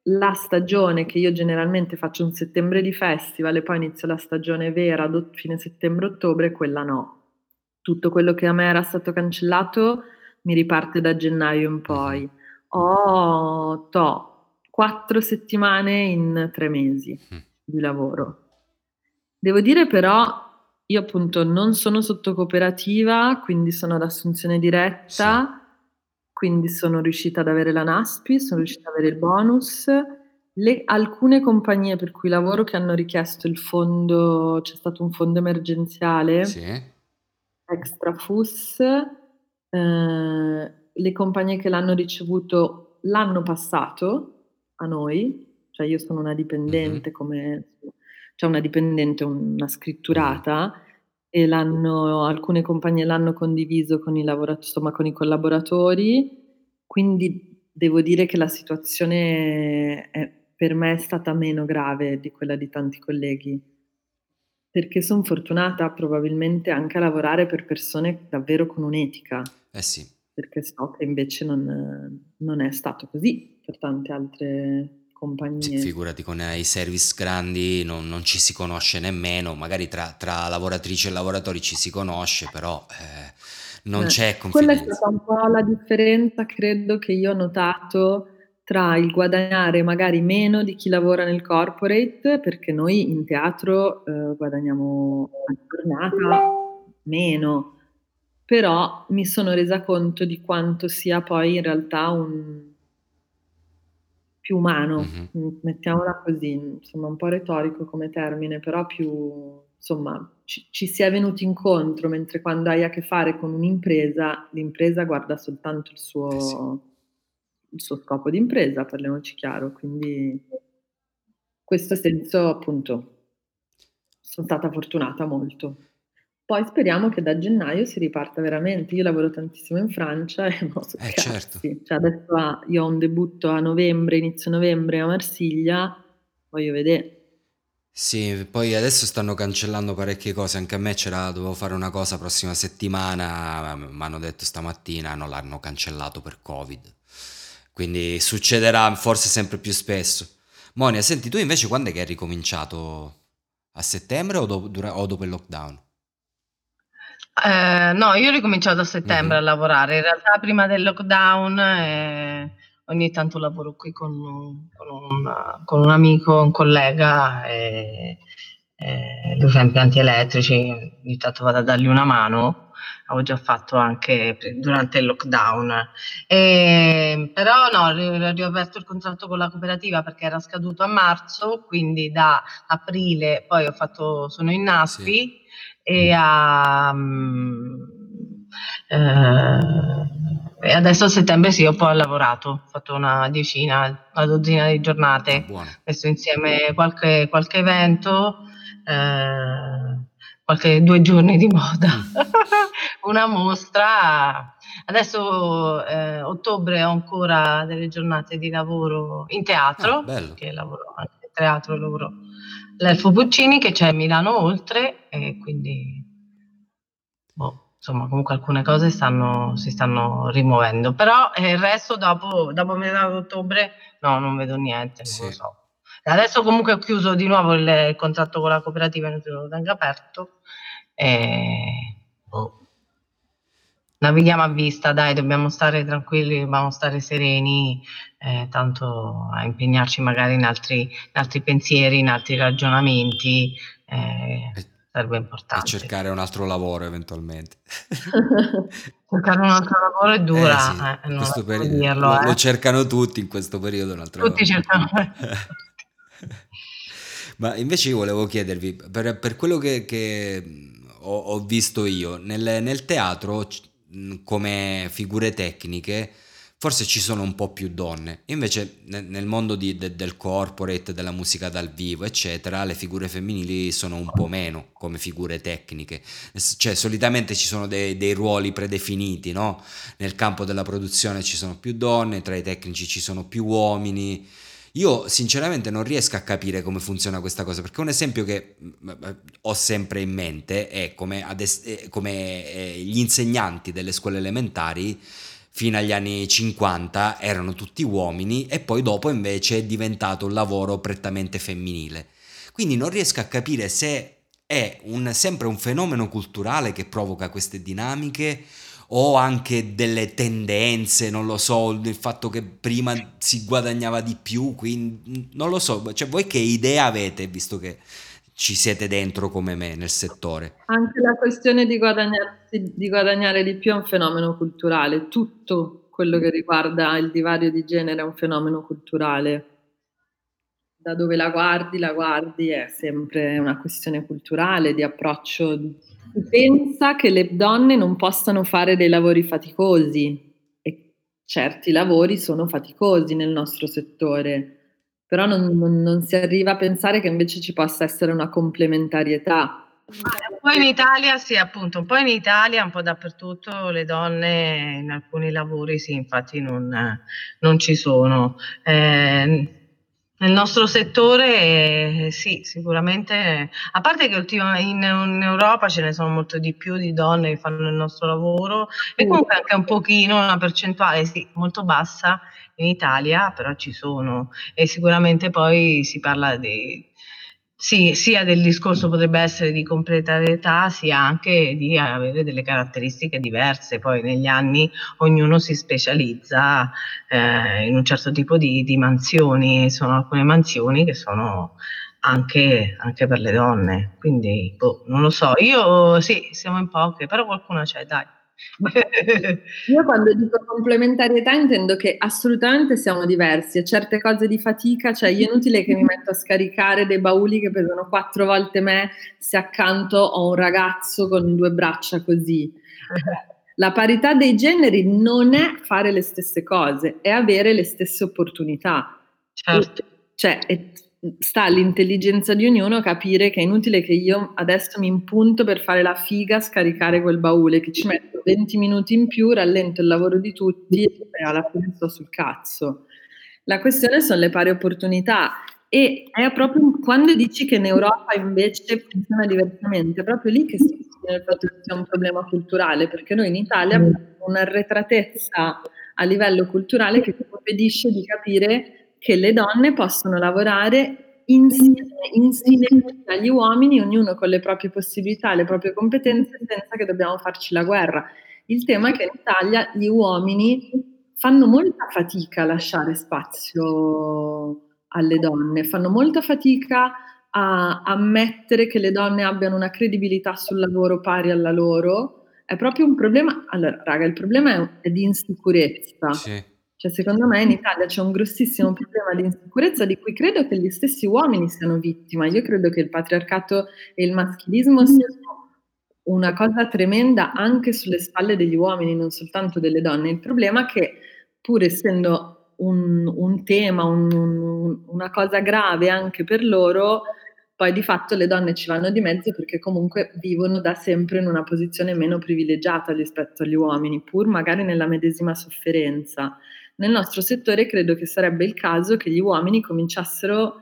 la stagione che io generalmente faccio un settembre di festival e poi inizio la stagione vera ad fine settembre-ottobre, quella no. Tutto quello che a me era stato cancellato mi riparte da gennaio in poi. Mm-hmm. Ho to, quattro settimane in tre mesi mm. di lavoro. Devo dire però, io appunto non sono sotto cooperativa, quindi sono ad assunzione diretta, sì. Quindi sono riuscita ad avere la NASPI, sono riuscita ad avere il bonus. Le, alcune compagnie per cui lavoro che hanno richiesto il fondo, c'è stato un fondo emergenziale, sì. Extra F U S, eh, le compagnie che l'hanno ricevuto l'anno passato a noi, cioè io sono una dipendente, mm-hmm. come c'è una dipendente, una scritturata, mm. e l'hanno, alcune compagnie l'hanno condiviso con i lavoratori, insomma con i collaboratori, quindi devo dire che la situazione è, per me è stata meno grave di quella di tanti colleghi, perché sono fortunata probabilmente anche a lavorare per persone davvero con un'etica, eh sì. perché so che invece non, non è stato così per tante altre compagnie. Sì, figurati, con i service grandi non, non ci si conosce nemmeno, magari tra, tra lavoratrici e lavoratori ci si conosce, però eh, non eh, c'è confidenza. Quella è stata un po' la differenza, credo, che io ho notato tra il guadagnare magari meno di chi lavora nel corporate, perché noi in teatro eh, guadagniamo a giornata meno, però mi sono resa conto di quanto sia poi in realtà un più umano, mm-hmm. mettiamola così, insomma un po' retorico come termine, però più, insomma, ci, ci si è venuti incontro, mentre quando hai a che fare con un'impresa, l'impresa guarda soltanto il suo, eh sì. il suo scopo di impresa, parliamoci chiaro, quindi in questo senso appunto sono stata fortunata molto. Poi speriamo che da gennaio si riparta veramente. Io lavoro tantissimo in Francia e non so eh, certo. Cioè adesso ah, io ho un debutto a novembre, inizio novembre a Marsiglia, voglio vedere. Sì, poi adesso stanno cancellando parecchie cose, anche a me c'era, dovevo fare una cosa prossima settimana, mi hanno detto stamattina, no, l'hanno cancellato per Covid. Quindi succederà forse sempre più spesso. Monia, senti, tu invece quando è che hai ricominciato? A settembre o, do- dura- o dopo il lockdown? Eh, no, io ho ricominciato a settembre mm-hmm. a lavorare, in realtà prima del lockdown eh, ogni tanto lavoro qui con, con, un, con un amico, un collega, e, e lui fa impianti elettrici, ogni tanto vado a dargli una mano, avevo già fatto anche durante il lockdown, e, però no, ho riaperto il contratto con la cooperativa perché era scaduto a marzo, quindi da aprile poi ho fatto, sono in NASPI, sì. E, a, eh, e adesso a settembre sì, ho poi lavorato, ho fatto una decina, una dozzina di giornate, ho messo insieme qualche, qualche evento, eh, qualche due giorni di moda, una mostra. Adesso eh, ottobre ho ancora delle giornate di lavoro in teatro, ah, perché lavoro anche in teatro, lavoro l'Elfo Puccini che c'è a Milano Oltre, e quindi boh, insomma comunque alcune cose stanno, si stanno rimuovendo, però eh, il resto dopo, dopo metà ottobre no, non vedo niente, non sì. lo so. Adesso comunque ho chiuso di nuovo il, il contratto con la cooperativa, non lo tengo aperto e boh. Navighiamo a vista, dai, dobbiamo stare tranquilli, dobbiamo stare sereni, eh, tanto a impegnarci magari in altri, in altri pensieri, in altri ragionamenti, eh, e, sarebbe importante. E cercare un altro lavoro eventualmente. Cercare un altro lavoro è dura, eh, sì, eh, non questo peri- dirlo, lo, eh. lo cercano tutti in questo periodo. Un altro tutti lavoro. cercano. Ma invece io volevo chiedervi, per, per quello che, che ho, ho visto io, nel, nel teatro come figure tecniche forse ci sono un po' più donne, invece nel, nel mondo di, de, del corporate, della musica dal vivo eccetera, le figure femminili sono un po' meno come figure tecniche, cioè solitamente ci sono dei, dei ruoli predefiniti, no? Nel campo della produzione ci sono più donne, tra i tecnici ci sono più uomini. Io sinceramente non riesco a capire come funziona questa cosa, perché un esempio che ho sempre in mente è come, ad es- come eh, gli insegnanti delle scuole elementari fino agli anni cinquanta erano tutti uomini e poi dopo invece è diventato un lavoro prettamente femminile. Quindi non riesco a capire se è un, sempre un fenomeno culturale che provoca queste dinamiche o anche delle tendenze, non lo so, il fatto che prima si guadagnava di più, quindi non lo so, cioè voi che idea avete, visto che ci siete dentro come me nel settore? Anche la questione di guadagnarsi- di guadagnare di più è un fenomeno culturale, tutto quello che riguarda il divario di genere è un fenomeno culturale. Da dove la guardi, la guardi, è sempre una questione culturale, di approccio. Si pensa che le donne non possano fare dei lavori faticosi e certi lavori sono faticosi nel nostro settore, però non, non- non si arriva a pensare che invece ci possa essere una complementarietà. Un po' in Italia, sì, appunto, un po' in Italia, un po' dappertutto le donne in alcuni lavori, sì, infatti non, non ci sono. Eh, nel nostro settore, eh, sì, sicuramente, a parte che ultimamente in, in Europa ce ne sono molto di più di donne che fanno il nostro lavoro e comunque anche un pochino, una percentuale, sì, molto bassa in Italia, però ci sono e sicuramente poi si parla di sì, sia del discorso potrebbe essere di completarietà, sia anche di avere delle caratteristiche diverse. Poi negli anni ognuno si specializza eh, in un certo tipo di, di mansioni, sono alcune mansioni che sono anche, anche per le donne. Quindi, boh, non lo so, io sì, siamo in poche, però qualcuno c'è, dai. Io quando dico complementarietà intendo che assolutamente siamo diversi e certe cose di fatica, cioè io è inutile che mi metto a scaricare dei bauli che pesano quattro volte me se accanto ho un ragazzo con due braccia così. La parità dei generi non è fare le stesse cose, è avere le stesse opportunità. Certo. Cioè, è- sta all'intelligenza di ognuno capire che è inutile che io adesso mi impunto per fare la figa, scaricare quel baule, che ci metto venti minuti in più, rallento il lavoro di tutti e alla fine sto sul cazzo. La questione sono le pari opportunità e è proprio quando dici che in Europa invece funziona diversamente, è proprio lì che si vede il fatto che sia un problema culturale, perché noi in Italia abbiamo un'arretratezza a livello culturale che ci impedisce di capire che le donne possono lavorare insieme, insieme agli uomini, ognuno con le proprie possibilità, le proprie competenze, senza che dobbiamo farci la guerra. Il tema è che in Italia gli uomini fanno molta fatica a lasciare spazio alle donne, fanno molta fatica a ammettere che le donne abbiano una credibilità sul lavoro pari alla loro. È proprio un problema. Allora, raga, il problema è, è di insicurezza. Sì. Cioè, secondo me in Italia c'è un grossissimo problema di insicurezza di cui credo che gli stessi uomini siano vittima. Io credo che il patriarcato e il maschilismo siano una cosa tremenda anche sulle spalle degli uomini, non soltanto delle donne. Il problema è che, pur essendo un, un tema, un, un, una cosa grave anche per loro, poi di fatto le donne ci vanno di mezzo perché comunque vivono da sempre in una posizione meno privilegiata rispetto agli uomini, pur magari nella medesima sofferenza. Nel nostro settore credo che sarebbe il caso che gli uomini cominciassero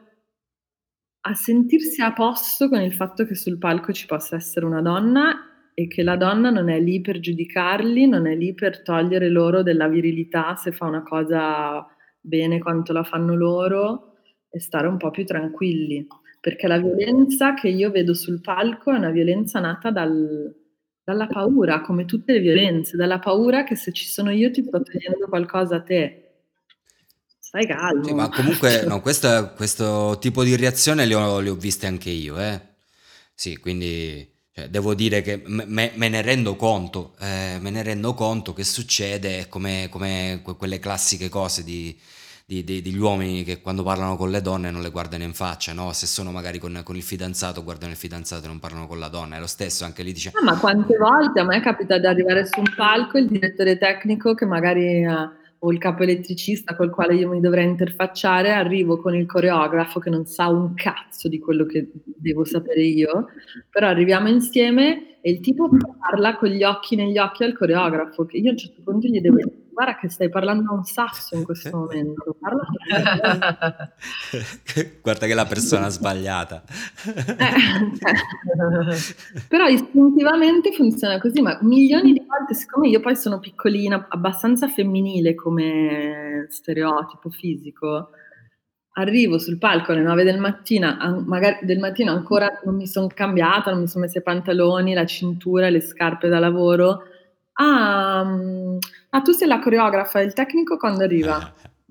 a sentirsi a posto con il fatto che sul palco ci possa essere una donna e che la donna non è lì per giudicarli, non è lì per togliere loro della virilità se fa una cosa bene quanto la fanno loro e stare un po' più tranquilli. Perché la violenza che io vedo sul palco è una violenza nata dal, dalla paura, come tutte le violenze, dalla paura che se ci sono io ti sto togliendo qualcosa a te. Stai calmo. Sì, ma comunque no, questa- questo tipo di reazione le ho, le ho viste anche io, eh. Sì, quindi cioè, devo dire che me, me- me ne rendo conto, eh, me ne rendo conto che succede come, come que- quelle classiche cose di, di- di- degli uomini che quando parlano con le donne non le guardano in faccia, no? Se sono magari con, con il fidanzato, guardano il fidanzato e non parlano con la donna, è lo stesso, anche lì dice... Ah, ma quante volte a me capita di arrivare su un palco, il direttore tecnico che magari eh, o il capo elettricista col quale io mi dovrei interfacciare, arrivo con il coreografo che non sa un cazzo di quello che devo sapere io, però arriviamo insieme e il tipo parla con gli occhi negli occhi al coreografo, che io a un certo punto gli devo, guarda che stai parlando a un sasso in questo momento. Parla Guarda che è la persona sbagliata. Eh, però istintivamente funziona così, ma milioni di volte, siccome io poi sono piccolina, abbastanza femminile come stereotipo fisico, arrivo sul palco alle nove del mattino, magari del mattino ancora non mi sono cambiata, non mi sono messa i pantaloni, la cintura, le scarpe da lavoro. Ah, ah, tu sei la coreografa, il tecnico quando arriva?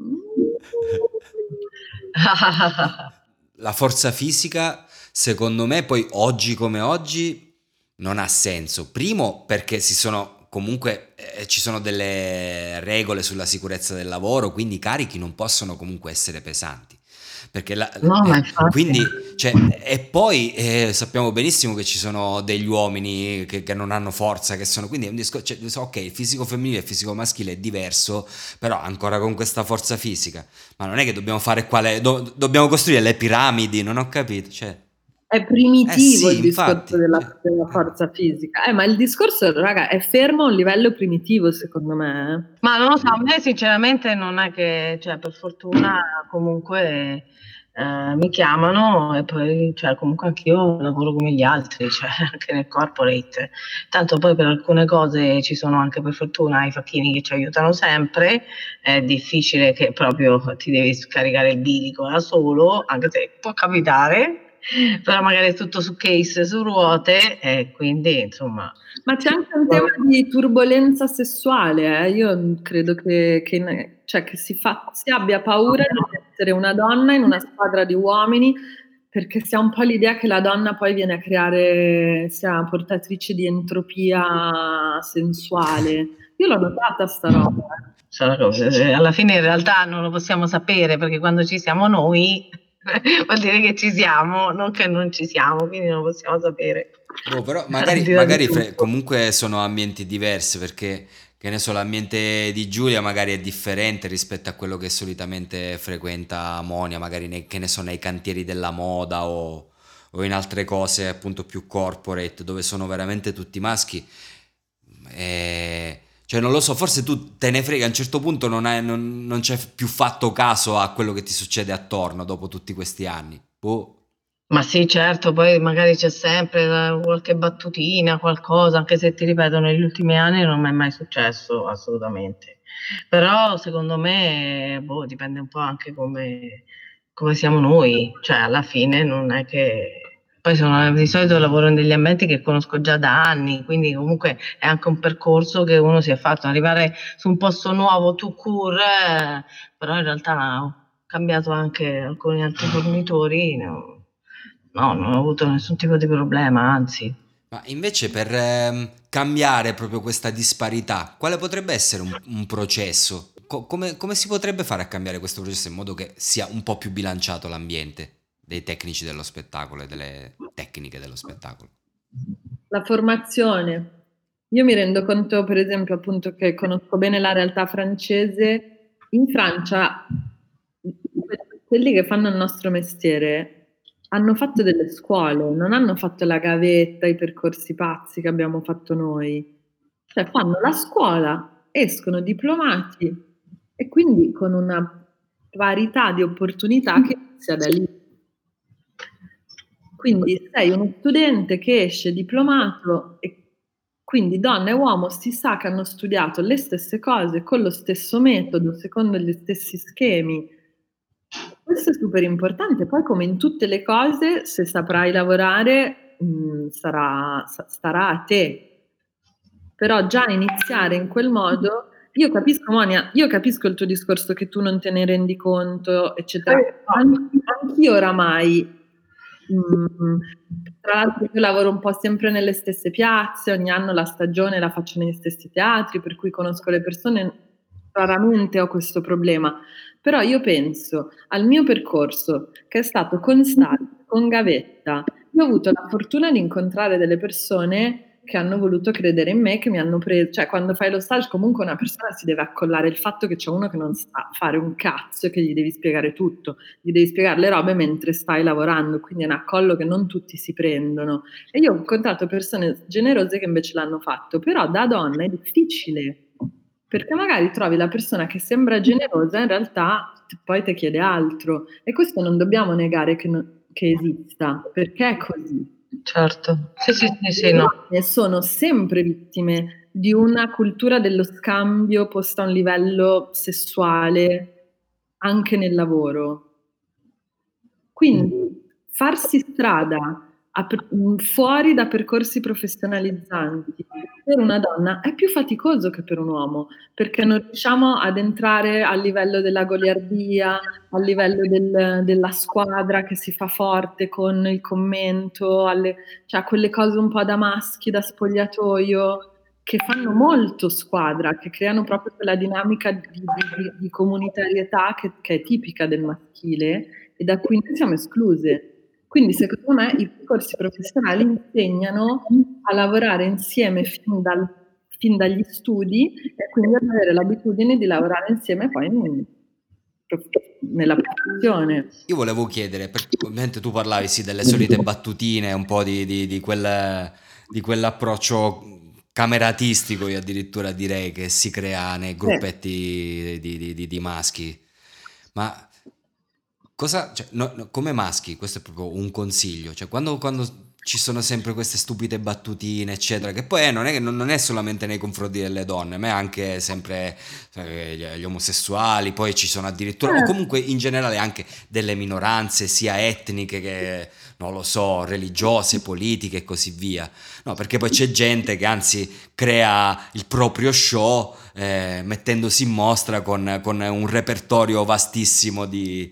La forza fisica, secondo me, poi oggi come oggi non ha senso. Primo perché si sono comunque eh, ci sono delle regole sulla sicurezza del lavoro, quindi i carichi non possono comunque essere pesanti. Perché la, No, ma eh, infatti. quindi, cioè, e poi eh, sappiamo benissimo che ci sono degli uomini che, che non hanno forza, che sono, quindi è un discorso, cioè, ok, il fisico femminile e il fisico maschile è diverso, però ancora con questa forza fisica. Ma non è che dobbiamo fare quale, do, dobbiamo costruire le piramidi, non ho capito, cioè. È primitivo Eh sì, il discorso infatti, della, cioè, della forza fisica, eh, ma il discorso, raga, è fermo a un livello primitivo, secondo me. Ma non lo so, a me sinceramente non è che, cioè, per fortuna comunque eh, mi chiamano e poi, cioè, comunque anch'io lavoro come gli altri, cioè, anche nel corporate. Tanto poi per alcune cose ci sono anche per fortuna i facchini che ci aiutano sempre, è difficile che proprio ti devi scaricare il bilico da solo, anche se può capitare, però magari è tutto su case, su ruote, e quindi insomma. Ma c'è anche un tema di turbolenza sessuale, eh? Io credo che, che, cioè, che si, fa, si abbia paura di essere una donna in una squadra di uomini, perché si ha un po' l'idea che la donna poi viene a creare, sia portatrice di entropia sensuale. Io l'ho notata sta roba. Alla fine in realtà non lo possiamo sapere, perché quando ci siamo noi vuol dire che ci siamo, non che non ci siamo, quindi non lo possiamo sapere. Boh, però magari, magari fre- comunque sono ambienti diversi, perché che ne so, l'ambiente di Giulia magari è differente rispetto a quello che solitamente frequenta Monia, magari nei, che ne so, nei cantieri della moda o, o in altre cose appunto più corporate, dove sono veramente tutti maschi. E, cioè non lo so, forse tu te ne frega, a un certo punto non, hai, non, non c'è più fatto caso a quello che ti succede attorno dopo tutti questi anni. Boh. Ma sì, certo, poi magari c'è sempre qualche battutina, qualcosa, anche se ti ripeto, negli ultimi anni non mi è mai successo assolutamente. Però secondo me, boh, dipende un po' anche come, come siamo noi, cioè alla fine non è che. Poi sono, di solito lavoro in degli ambienti che conosco già da anni, quindi comunque è anche un percorso che uno si è fatto. Arrivare su un posto nuovo, tout court, eh, però in realtà ho cambiato anche alcuni altri fornitori. No. No, non ho avuto nessun tipo di problema, anzi. Ma invece per ehm, cambiare proprio questa disparità, quale potrebbe essere un, un processo? Co- come, come si potrebbe fare a cambiare questo processo in modo che sia un po' più bilanciato l'ambiente dei tecnici dello spettacolo e delle tecniche dello spettacolo? La formazione. Io mi rendo conto, per esempio, appunto, che conosco bene la realtà francese. In Francia, quelli che fanno il nostro mestiere hanno fatto delle scuole, non hanno fatto la gavetta, i percorsi pazzi che abbiamo fatto noi. Cioè fanno la scuola, escono diplomati e quindi con una parità di opportunità che inizia da lì. Quindi sei uno studente che esce diplomato e quindi donna e uomo si sa che hanno studiato le stesse cose con lo stesso metodo, secondo gli stessi schemi. Questo è super importante, poi come in tutte le cose, se saprai lavorare, mh, sarà, starà a te. Però già iniziare in quel modo, io capisco Monia, io capisco il tuo discorso che tu non te ne rendi conto, eccetera. Anch'io oramai, mh, tra l'altro io lavoro un po' sempre nelle stesse piazze, ogni anno la stagione la faccio negli stessi teatri, per cui conosco le persone, raramente ho questo problema. Però io penso al mio percorso che è stato costante, con gavetta. Io ho avuto la fortuna di incontrare delle persone che hanno voluto credere in me, che mi hanno preso, cioè quando fai lo stage comunque una persona si deve accollare il fatto che c'è uno che non sa fare un cazzo e che gli devi spiegare tutto, gli devi spiegare le robe mentre stai lavorando, quindi è un accollo che non tutti si prendono. E io ho incontrato persone generose che invece l'hanno fatto, però da donna è difficile, perché magari trovi la persona che sembra generosa, in realtà poi ti chiede altro, e questo non dobbiamo negare che, no, che esista, perché è così. Certo, sì, sì, sì, sì, no. E sono sempre vittime di una cultura dello scambio posta a un livello sessuale anche nel lavoro. Quindi farsi strada a, fuori da percorsi professionalizzanti per una donna è più faticoso che per un uomo, perché non riusciamo ad entrare al livello della goliardia, al livello del, della squadra che si fa forte con il commento, alle, cioè quelle cose un po' da maschi, da spogliatoio, che fanno molto squadra, che creano proprio quella dinamica di, di, di comunitarietà che, che è tipica del maschile e da cui noi siamo escluse. Quindi secondo me i corsi professionali insegnano a lavorare insieme fin, dal, fin dagli studi e quindi ad avere l'abitudine di lavorare insieme poi in, nella professione. Io volevo chiedere, perché ovviamente tu parlavi sì delle solite battutine, un po' di, di, di, quel, di quell'approccio cameratistico, io addirittura direi, che si crea nei gruppetti di, di, di, di maschi, ma cosa, cioè, no, no, come maschi, questo è proprio un consiglio, cioè quando, quando ci sono sempre queste stupide battutine, eccetera, che poi eh, non, è, che non, non è solamente nei confronti delle donne, ma è anche sempre eh, gli, gli omosessuali, poi ci sono addirittura, o comunque in generale anche delle minoranze, sia etniche che, non lo so, religiose, politiche e così via. No, perché poi c'è gente che anzi crea il proprio show eh, mettendosi in mostra con, con un repertorio vastissimo di,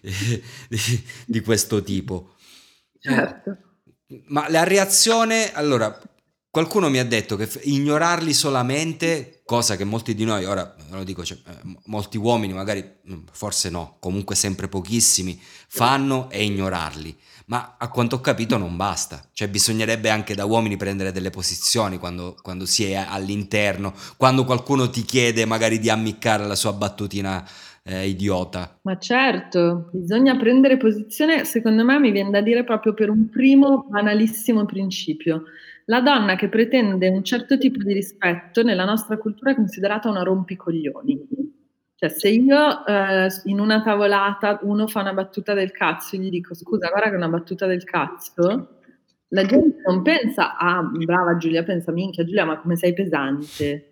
di, di questo tipo. Certo. Eh, ma la reazione, allora, qualcuno mi ha detto che f- ignorarli solamente, cosa che molti di noi, ora ve lo dico, cioè, eh, molti uomini magari, forse no, comunque sempre pochissimi, fanno e ignorarli. Ma a quanto ho capito non basta, cioè bisognerebbe anche da uomini prendere delle posizioni quando, quando si è all'interno, quando qualcuno ti chiede magari di ammiccare la sua battutina eh, idiota. Ma certo, bisogna prendere posizione, secondo me mi viene da dire proprio per un primo banalissimo principio. La donna che pretende un certo tipo di rispetto nella nostra cultura è considerata una rompicoglioni. Cioè se io eh, in una tavolata uno fa una battuta del cazzo e gli dico scusa guarda che è una battuta del cazzo, la gente non pensa ah brava Giulia, pensa minchia Giulia ma come sei pesante.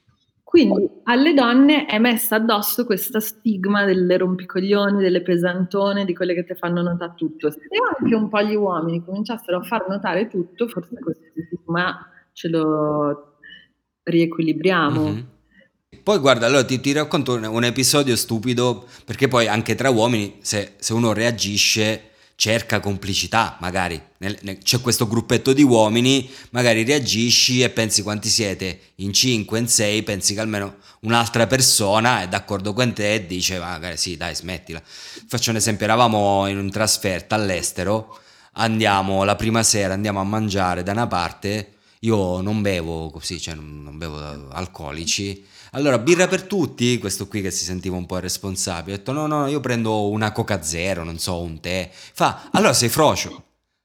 Quindi alle donne è messa addosso questa stigma delle rompicoglioni, delle pesantone, di quelle che ti fanno notare tutto. Se anche un po' gli uomini cominciassero a far notare tutto, forse questo stigma ce lo riequilibriamo. Mm-hmm. Poi guarda, allora ti, ti racconto un, un episodio stupido, perché poi anche tra uomini, se, se uno reagisce, cerca complicità, magari. Nel, nel, c'è questo gruppetto di uomini, magari reagisci e pensi quanti siete, in cinque, in sei, pensi che almeno un'altra persona è d'accordo con te e dice magari sì, dai, smettila. Faccio un esempio, eravamo in un trasferta all'estero, andiamo la prima sera, andiamo a mangiare da una parte, io non bevo così, cioè non, non bevo alcolici. Allora, birra per tutti? Questo qui che si sentiva un po' irresponsabile. Ho detto, no, no, io prendo una Coca Zero, non so, un tè. Fa, allora sei frocio.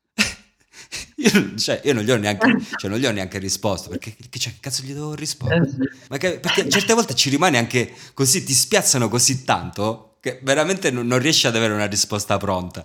io, cioè, io non gli ho neanche, cioè, non gli ho neanche risposto, perché che, cioè, che cazzo gli devo rispondere? Ma che, perché certe volte ci rimane anche così, ti spiazzano così tanto, che veramente non, non riesci ad avere una risposta pronta.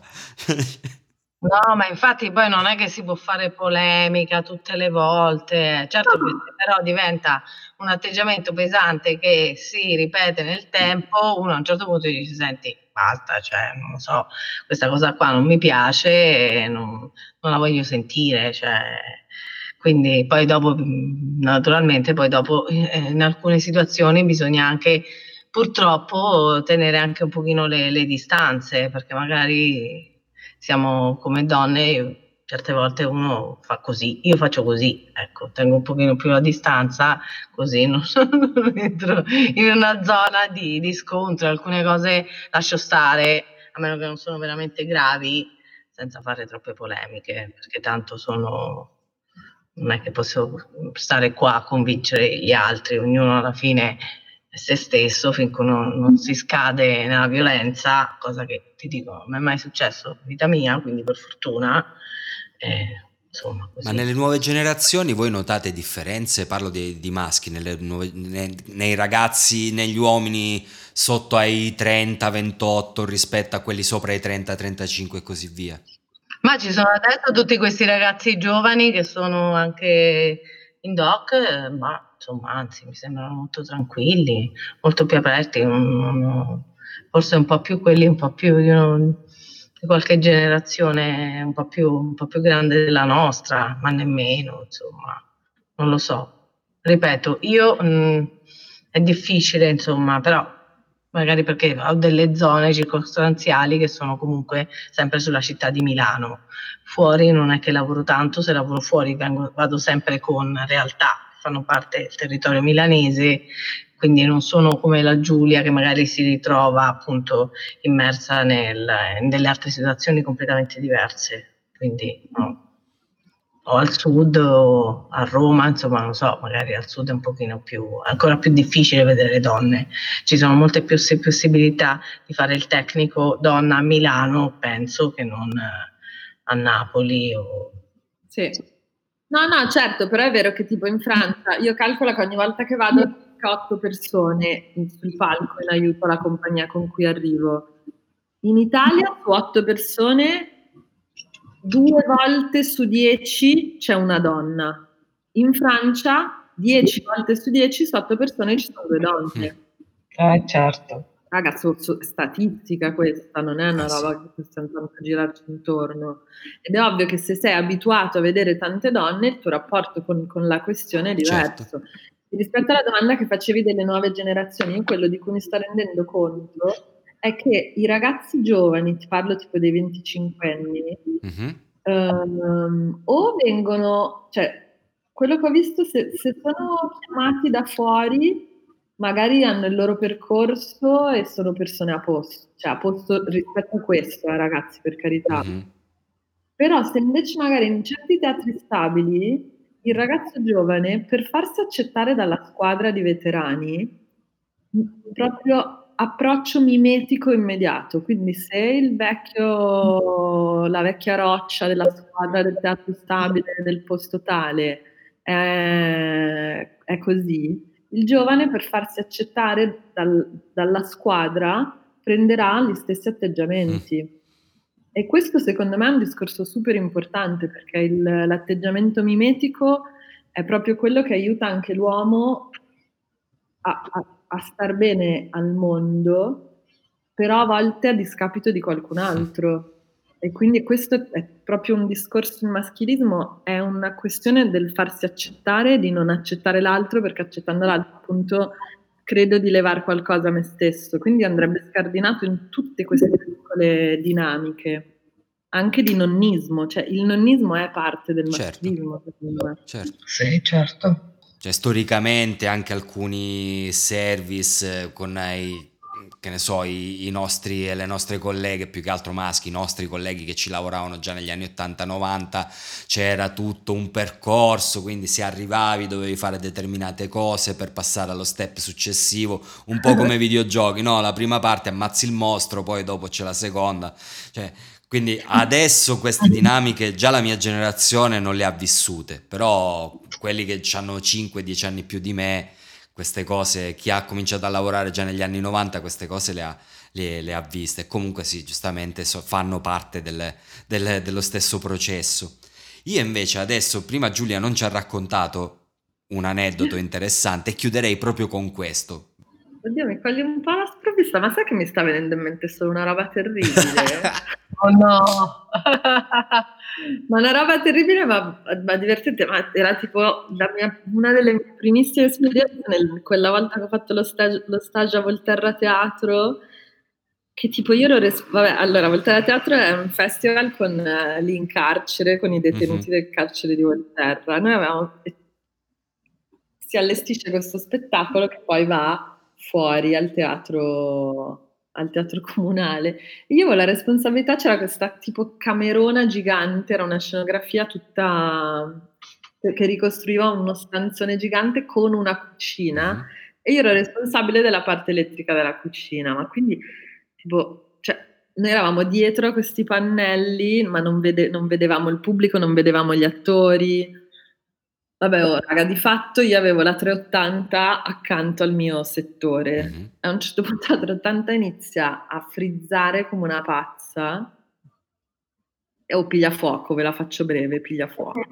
No, ma infatti poi non è che si può fare polemica tutte le volte, certo che però diventa un atteggiamento pesante che si ripete nel tempo, uno a un certo punto dice, senti, basta, cioè, non lo so, questa cosa qua non mi piace, non, non la voglio sentire, cioè, quindi poi dopo, naturalmente, poi dopo eh, in alcune situazioni bisogna anche purtroppo tenere anche un pochino le, le distanze, perché magari siamo come donne, certe volte uno fa così, io faccio così, ecco, tengo un pochino più la distanza, così non, non entro in una zona di, di scontro, alcune cose lascio stare, a meno che non sono veramente gravi, senza fare troppe polemiche, perché tanto sono, non è che posso stare qua a convincere gli altri, ognuno alla fine se stesso finché non, non si scade nella violenza, cosa che ti dico non è mai successo in vita mia, quindi per fortuna eh, insomma, così. Ma nelle nuove generazioni voi notate differenze? Parlo di, di maschi, nelle nuove- ne- nei ragazzi, negli uomini sotto ai trenta ventotto rispetto a quelli sopra i trenta trentacinque e così via. Ma ci sono adesso tutti questi ragazzi giovani che sono anche in doc, eh, ma insomma, anzi, mi sembrano molto tranquilli, molto più aperti, non- non- forse un po' più quelli, un po' più di, un- di qualche generazione un po' più, un po' più grande della nostra, ma nemmeno, insomma, non lo so. Ripeto, io mh, è difficile, insomma, però magari perché ho delle zone circostanziali che sono comunque sempre sulla città di Milano. Fuori non è che lavoro tanto, se lavoro fuori vengo, vado sempre con realtà che fanno parte del territorio milanese, quindi non sono come la Giulia che magari si ritrova appunto immersa nel, in delle altre situazioni completamente diverse. Quindi no. O al sud o a Roma, insomma, non so, magari al sud è un pochino più, ancora più difficile vedere le donne. Ci sono molte più se- possibilità di fare il tecnico donna a Milano, penso, che non eh, a Napoli o... Sì. No, no, certo, però è vero che tipo in Francia, io calcolo che ogni volta che vado circa otto persone sul palco in aiuto alla compagnia con cui arrivo. In Italia su otto persone, due volte su dieci c'è una donna. In Francia, dieci volte su dieci su otto persone ci sono due donne. Eh, certo. Raga, so, so, statistica questa, non è una Eh, sì. roba che possiamo tanto girarci intorno. Ed è ovvio che se sei abituato a vedere tante donne, il tuo rapporto con, con la questione è diverso. Certo. E rispetto alla domanda che facevi delle nuove generazioni, io quello di cui mi sto rendendo conto è che i ragazzi giovani, ti parlo tipo dei venticinque anni, Mhm. ehm, o vengono, cioè, quello che ho visto, se, se sono chiamati da fuori, magari hanno il loro percorso e sono persone a posto, cioè a posto rispetto a questo, eh, ragazzi, per carità. Mhm. Però se invece magari in certi teatri stabili il ragazzo giovane, per farsi accettare dalla squadra di veterani, m- proprio approccio mimetico immediato. Quindi se il vecchio, la vecchia roccia della squadra del teatro stabile, del posto tale, è, è così, il giovane per farsi accettare dal- dalla squadra prenderà gli stessi atteggiamenti. E questo secondo me è un discorso super importante perché il- l'atteggiamento mimetico è proprio quello che aiuta anche l'uomo a, a- a star bene al mondo, però a volte a discapito di qualcun altro. E quindi questo è proprio un discorso, il maschilismo è una questione del farsi accettare, di non accettare l'altro, perché accettando l'altro appunto credo di levar qualcosa a me stesso. Quindi andrebbe scardinato in tutte queste piccole dinamiche, anche di nonnismo, cioè il nonnismo è parte del Certo, maschilismo, secondo me. certo. Sì, certo. Cioè, storicamente anche alcuni service eh, con i, che ne so, i, i nostri e le nostre colleghe, più che altro maschi, i nostri colleghi che ci lavoravano già negli anni ottanta novanta, c'era tutto un percorso, quindi se arrivavi dovevi fare determinate cose per passare allo step successivo, un po' come videogiochi, no? La prima parte ammazzi il mostro, poi dopo c'è la seconda, cioè... Quindi adesso queste dinamiche già la mia generazione non le ha vissute, però quelli che hanno cinque dieci anni più di me, queste cose, chi ha cominciato a lavorare già negli anni novanta, queste cose le ha, le, le ha viste. E comunque sì, giustamente so- fanno parte del- del- dello stesso processo. Io invece adesso, prima Giulia non ci ha raccontato un aneddoto interessante e chiuderei proprio con questo. Oddio, mi cogli un po' la sprovvista, ma sai che mi sta venendo in mente solo una roba terribile? Oh no! Ma una roba terribile, ma, ma divertente, ma era tipo la mia- una delle mie primissime esperienze nel- quella volta che ho fatto lo stage, lo stage a Volterra Teatro, che tipo io ero, res- vabbè, allora Volterra Teatro è un festival con eh, lì in carcere, con i detenuti Mhm. del carcere di Volterra. Noi avevamo, si allestisce questo spettacolo che poi va fuori al teatro, al teatro comunale. E io avevo la responsabilità, c'era questa tipo camerona gigante, era una scenografia tutta che ricostruiva uno stanzone gigante con una cucina Mhm. e io ero responsabile della parte elettrica della cucina, ma quindi tipo, cioè, noi eravamo dietro a questi pannelli, ma non, vede- non vedevamo il pubblico, non vedevamo gli attori. Vabbè, oh, raga, di fatto io avevo la trecentottanta accanto al mio settore. Mhm. A un certo punto la trecentottanta inizia a frizzare come una pazza. E oh, piglia fuoco, ve la faccio breve, piglia fuoco.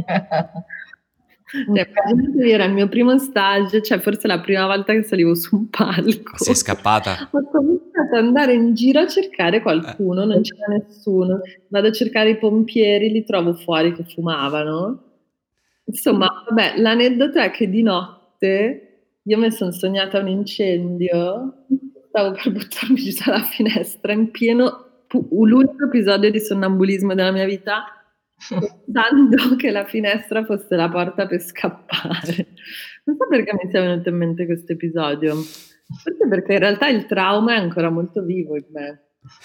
Cioè, praticamente era il mio primo stage, cioè forse la prima volta che salivo su un palco. Sei scappata? Ho cominciato ad andare in giro a cercare qualcuno, non c'era nessuno. Vado a cercare i pompieri, li trovo fuori che fumavano. Insomma, vabbè, l'aneddoto è che di notte io mi sono sognata un incendio, stavo per buttarmi giù dalla finestra in pieno, pu- l'unico episodio di sonnambulismo della mia vita, pensando che la finestra fosse la porta per scappare. Non so perché mi sia venuto in mente questo episodio, forse perché in realtà il trauma è ancora molto vivo in me.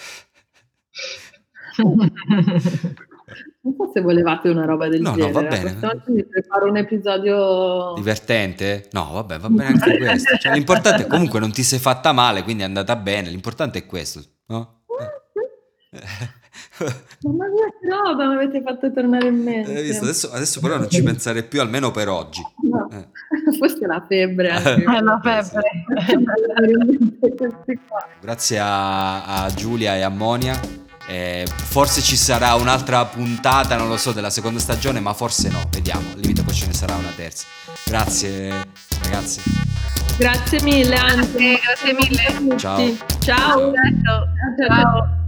Non so se volevate una roba del No, no, genere. va La bene. prossima volta mi preparo un episodio Divertente? No, vabbè, va bene anche questo. Cioè, l'importante è comunque non ti sei fatta male, quindi è andata bene. L'importante è questo, no? Mamma mia, che roba mi avete fatto tornare in mente. Hai visto? Adesso, adesso però non ci pensare più, almeno per oggi. No. Eh. Forse la febbre anche. È la febbre. Grazie a, a Giulia e a Monia. Eh, forse ci sarà un'altra puntata, non lo so, della seconda stagione, ma forse no, vediamo. Al limite poi ce ne sarà una terza. Grazie ragazzi. Grazie mille, Anche. Grazie mille. Ciao. Ciao. Ciao. Ciao.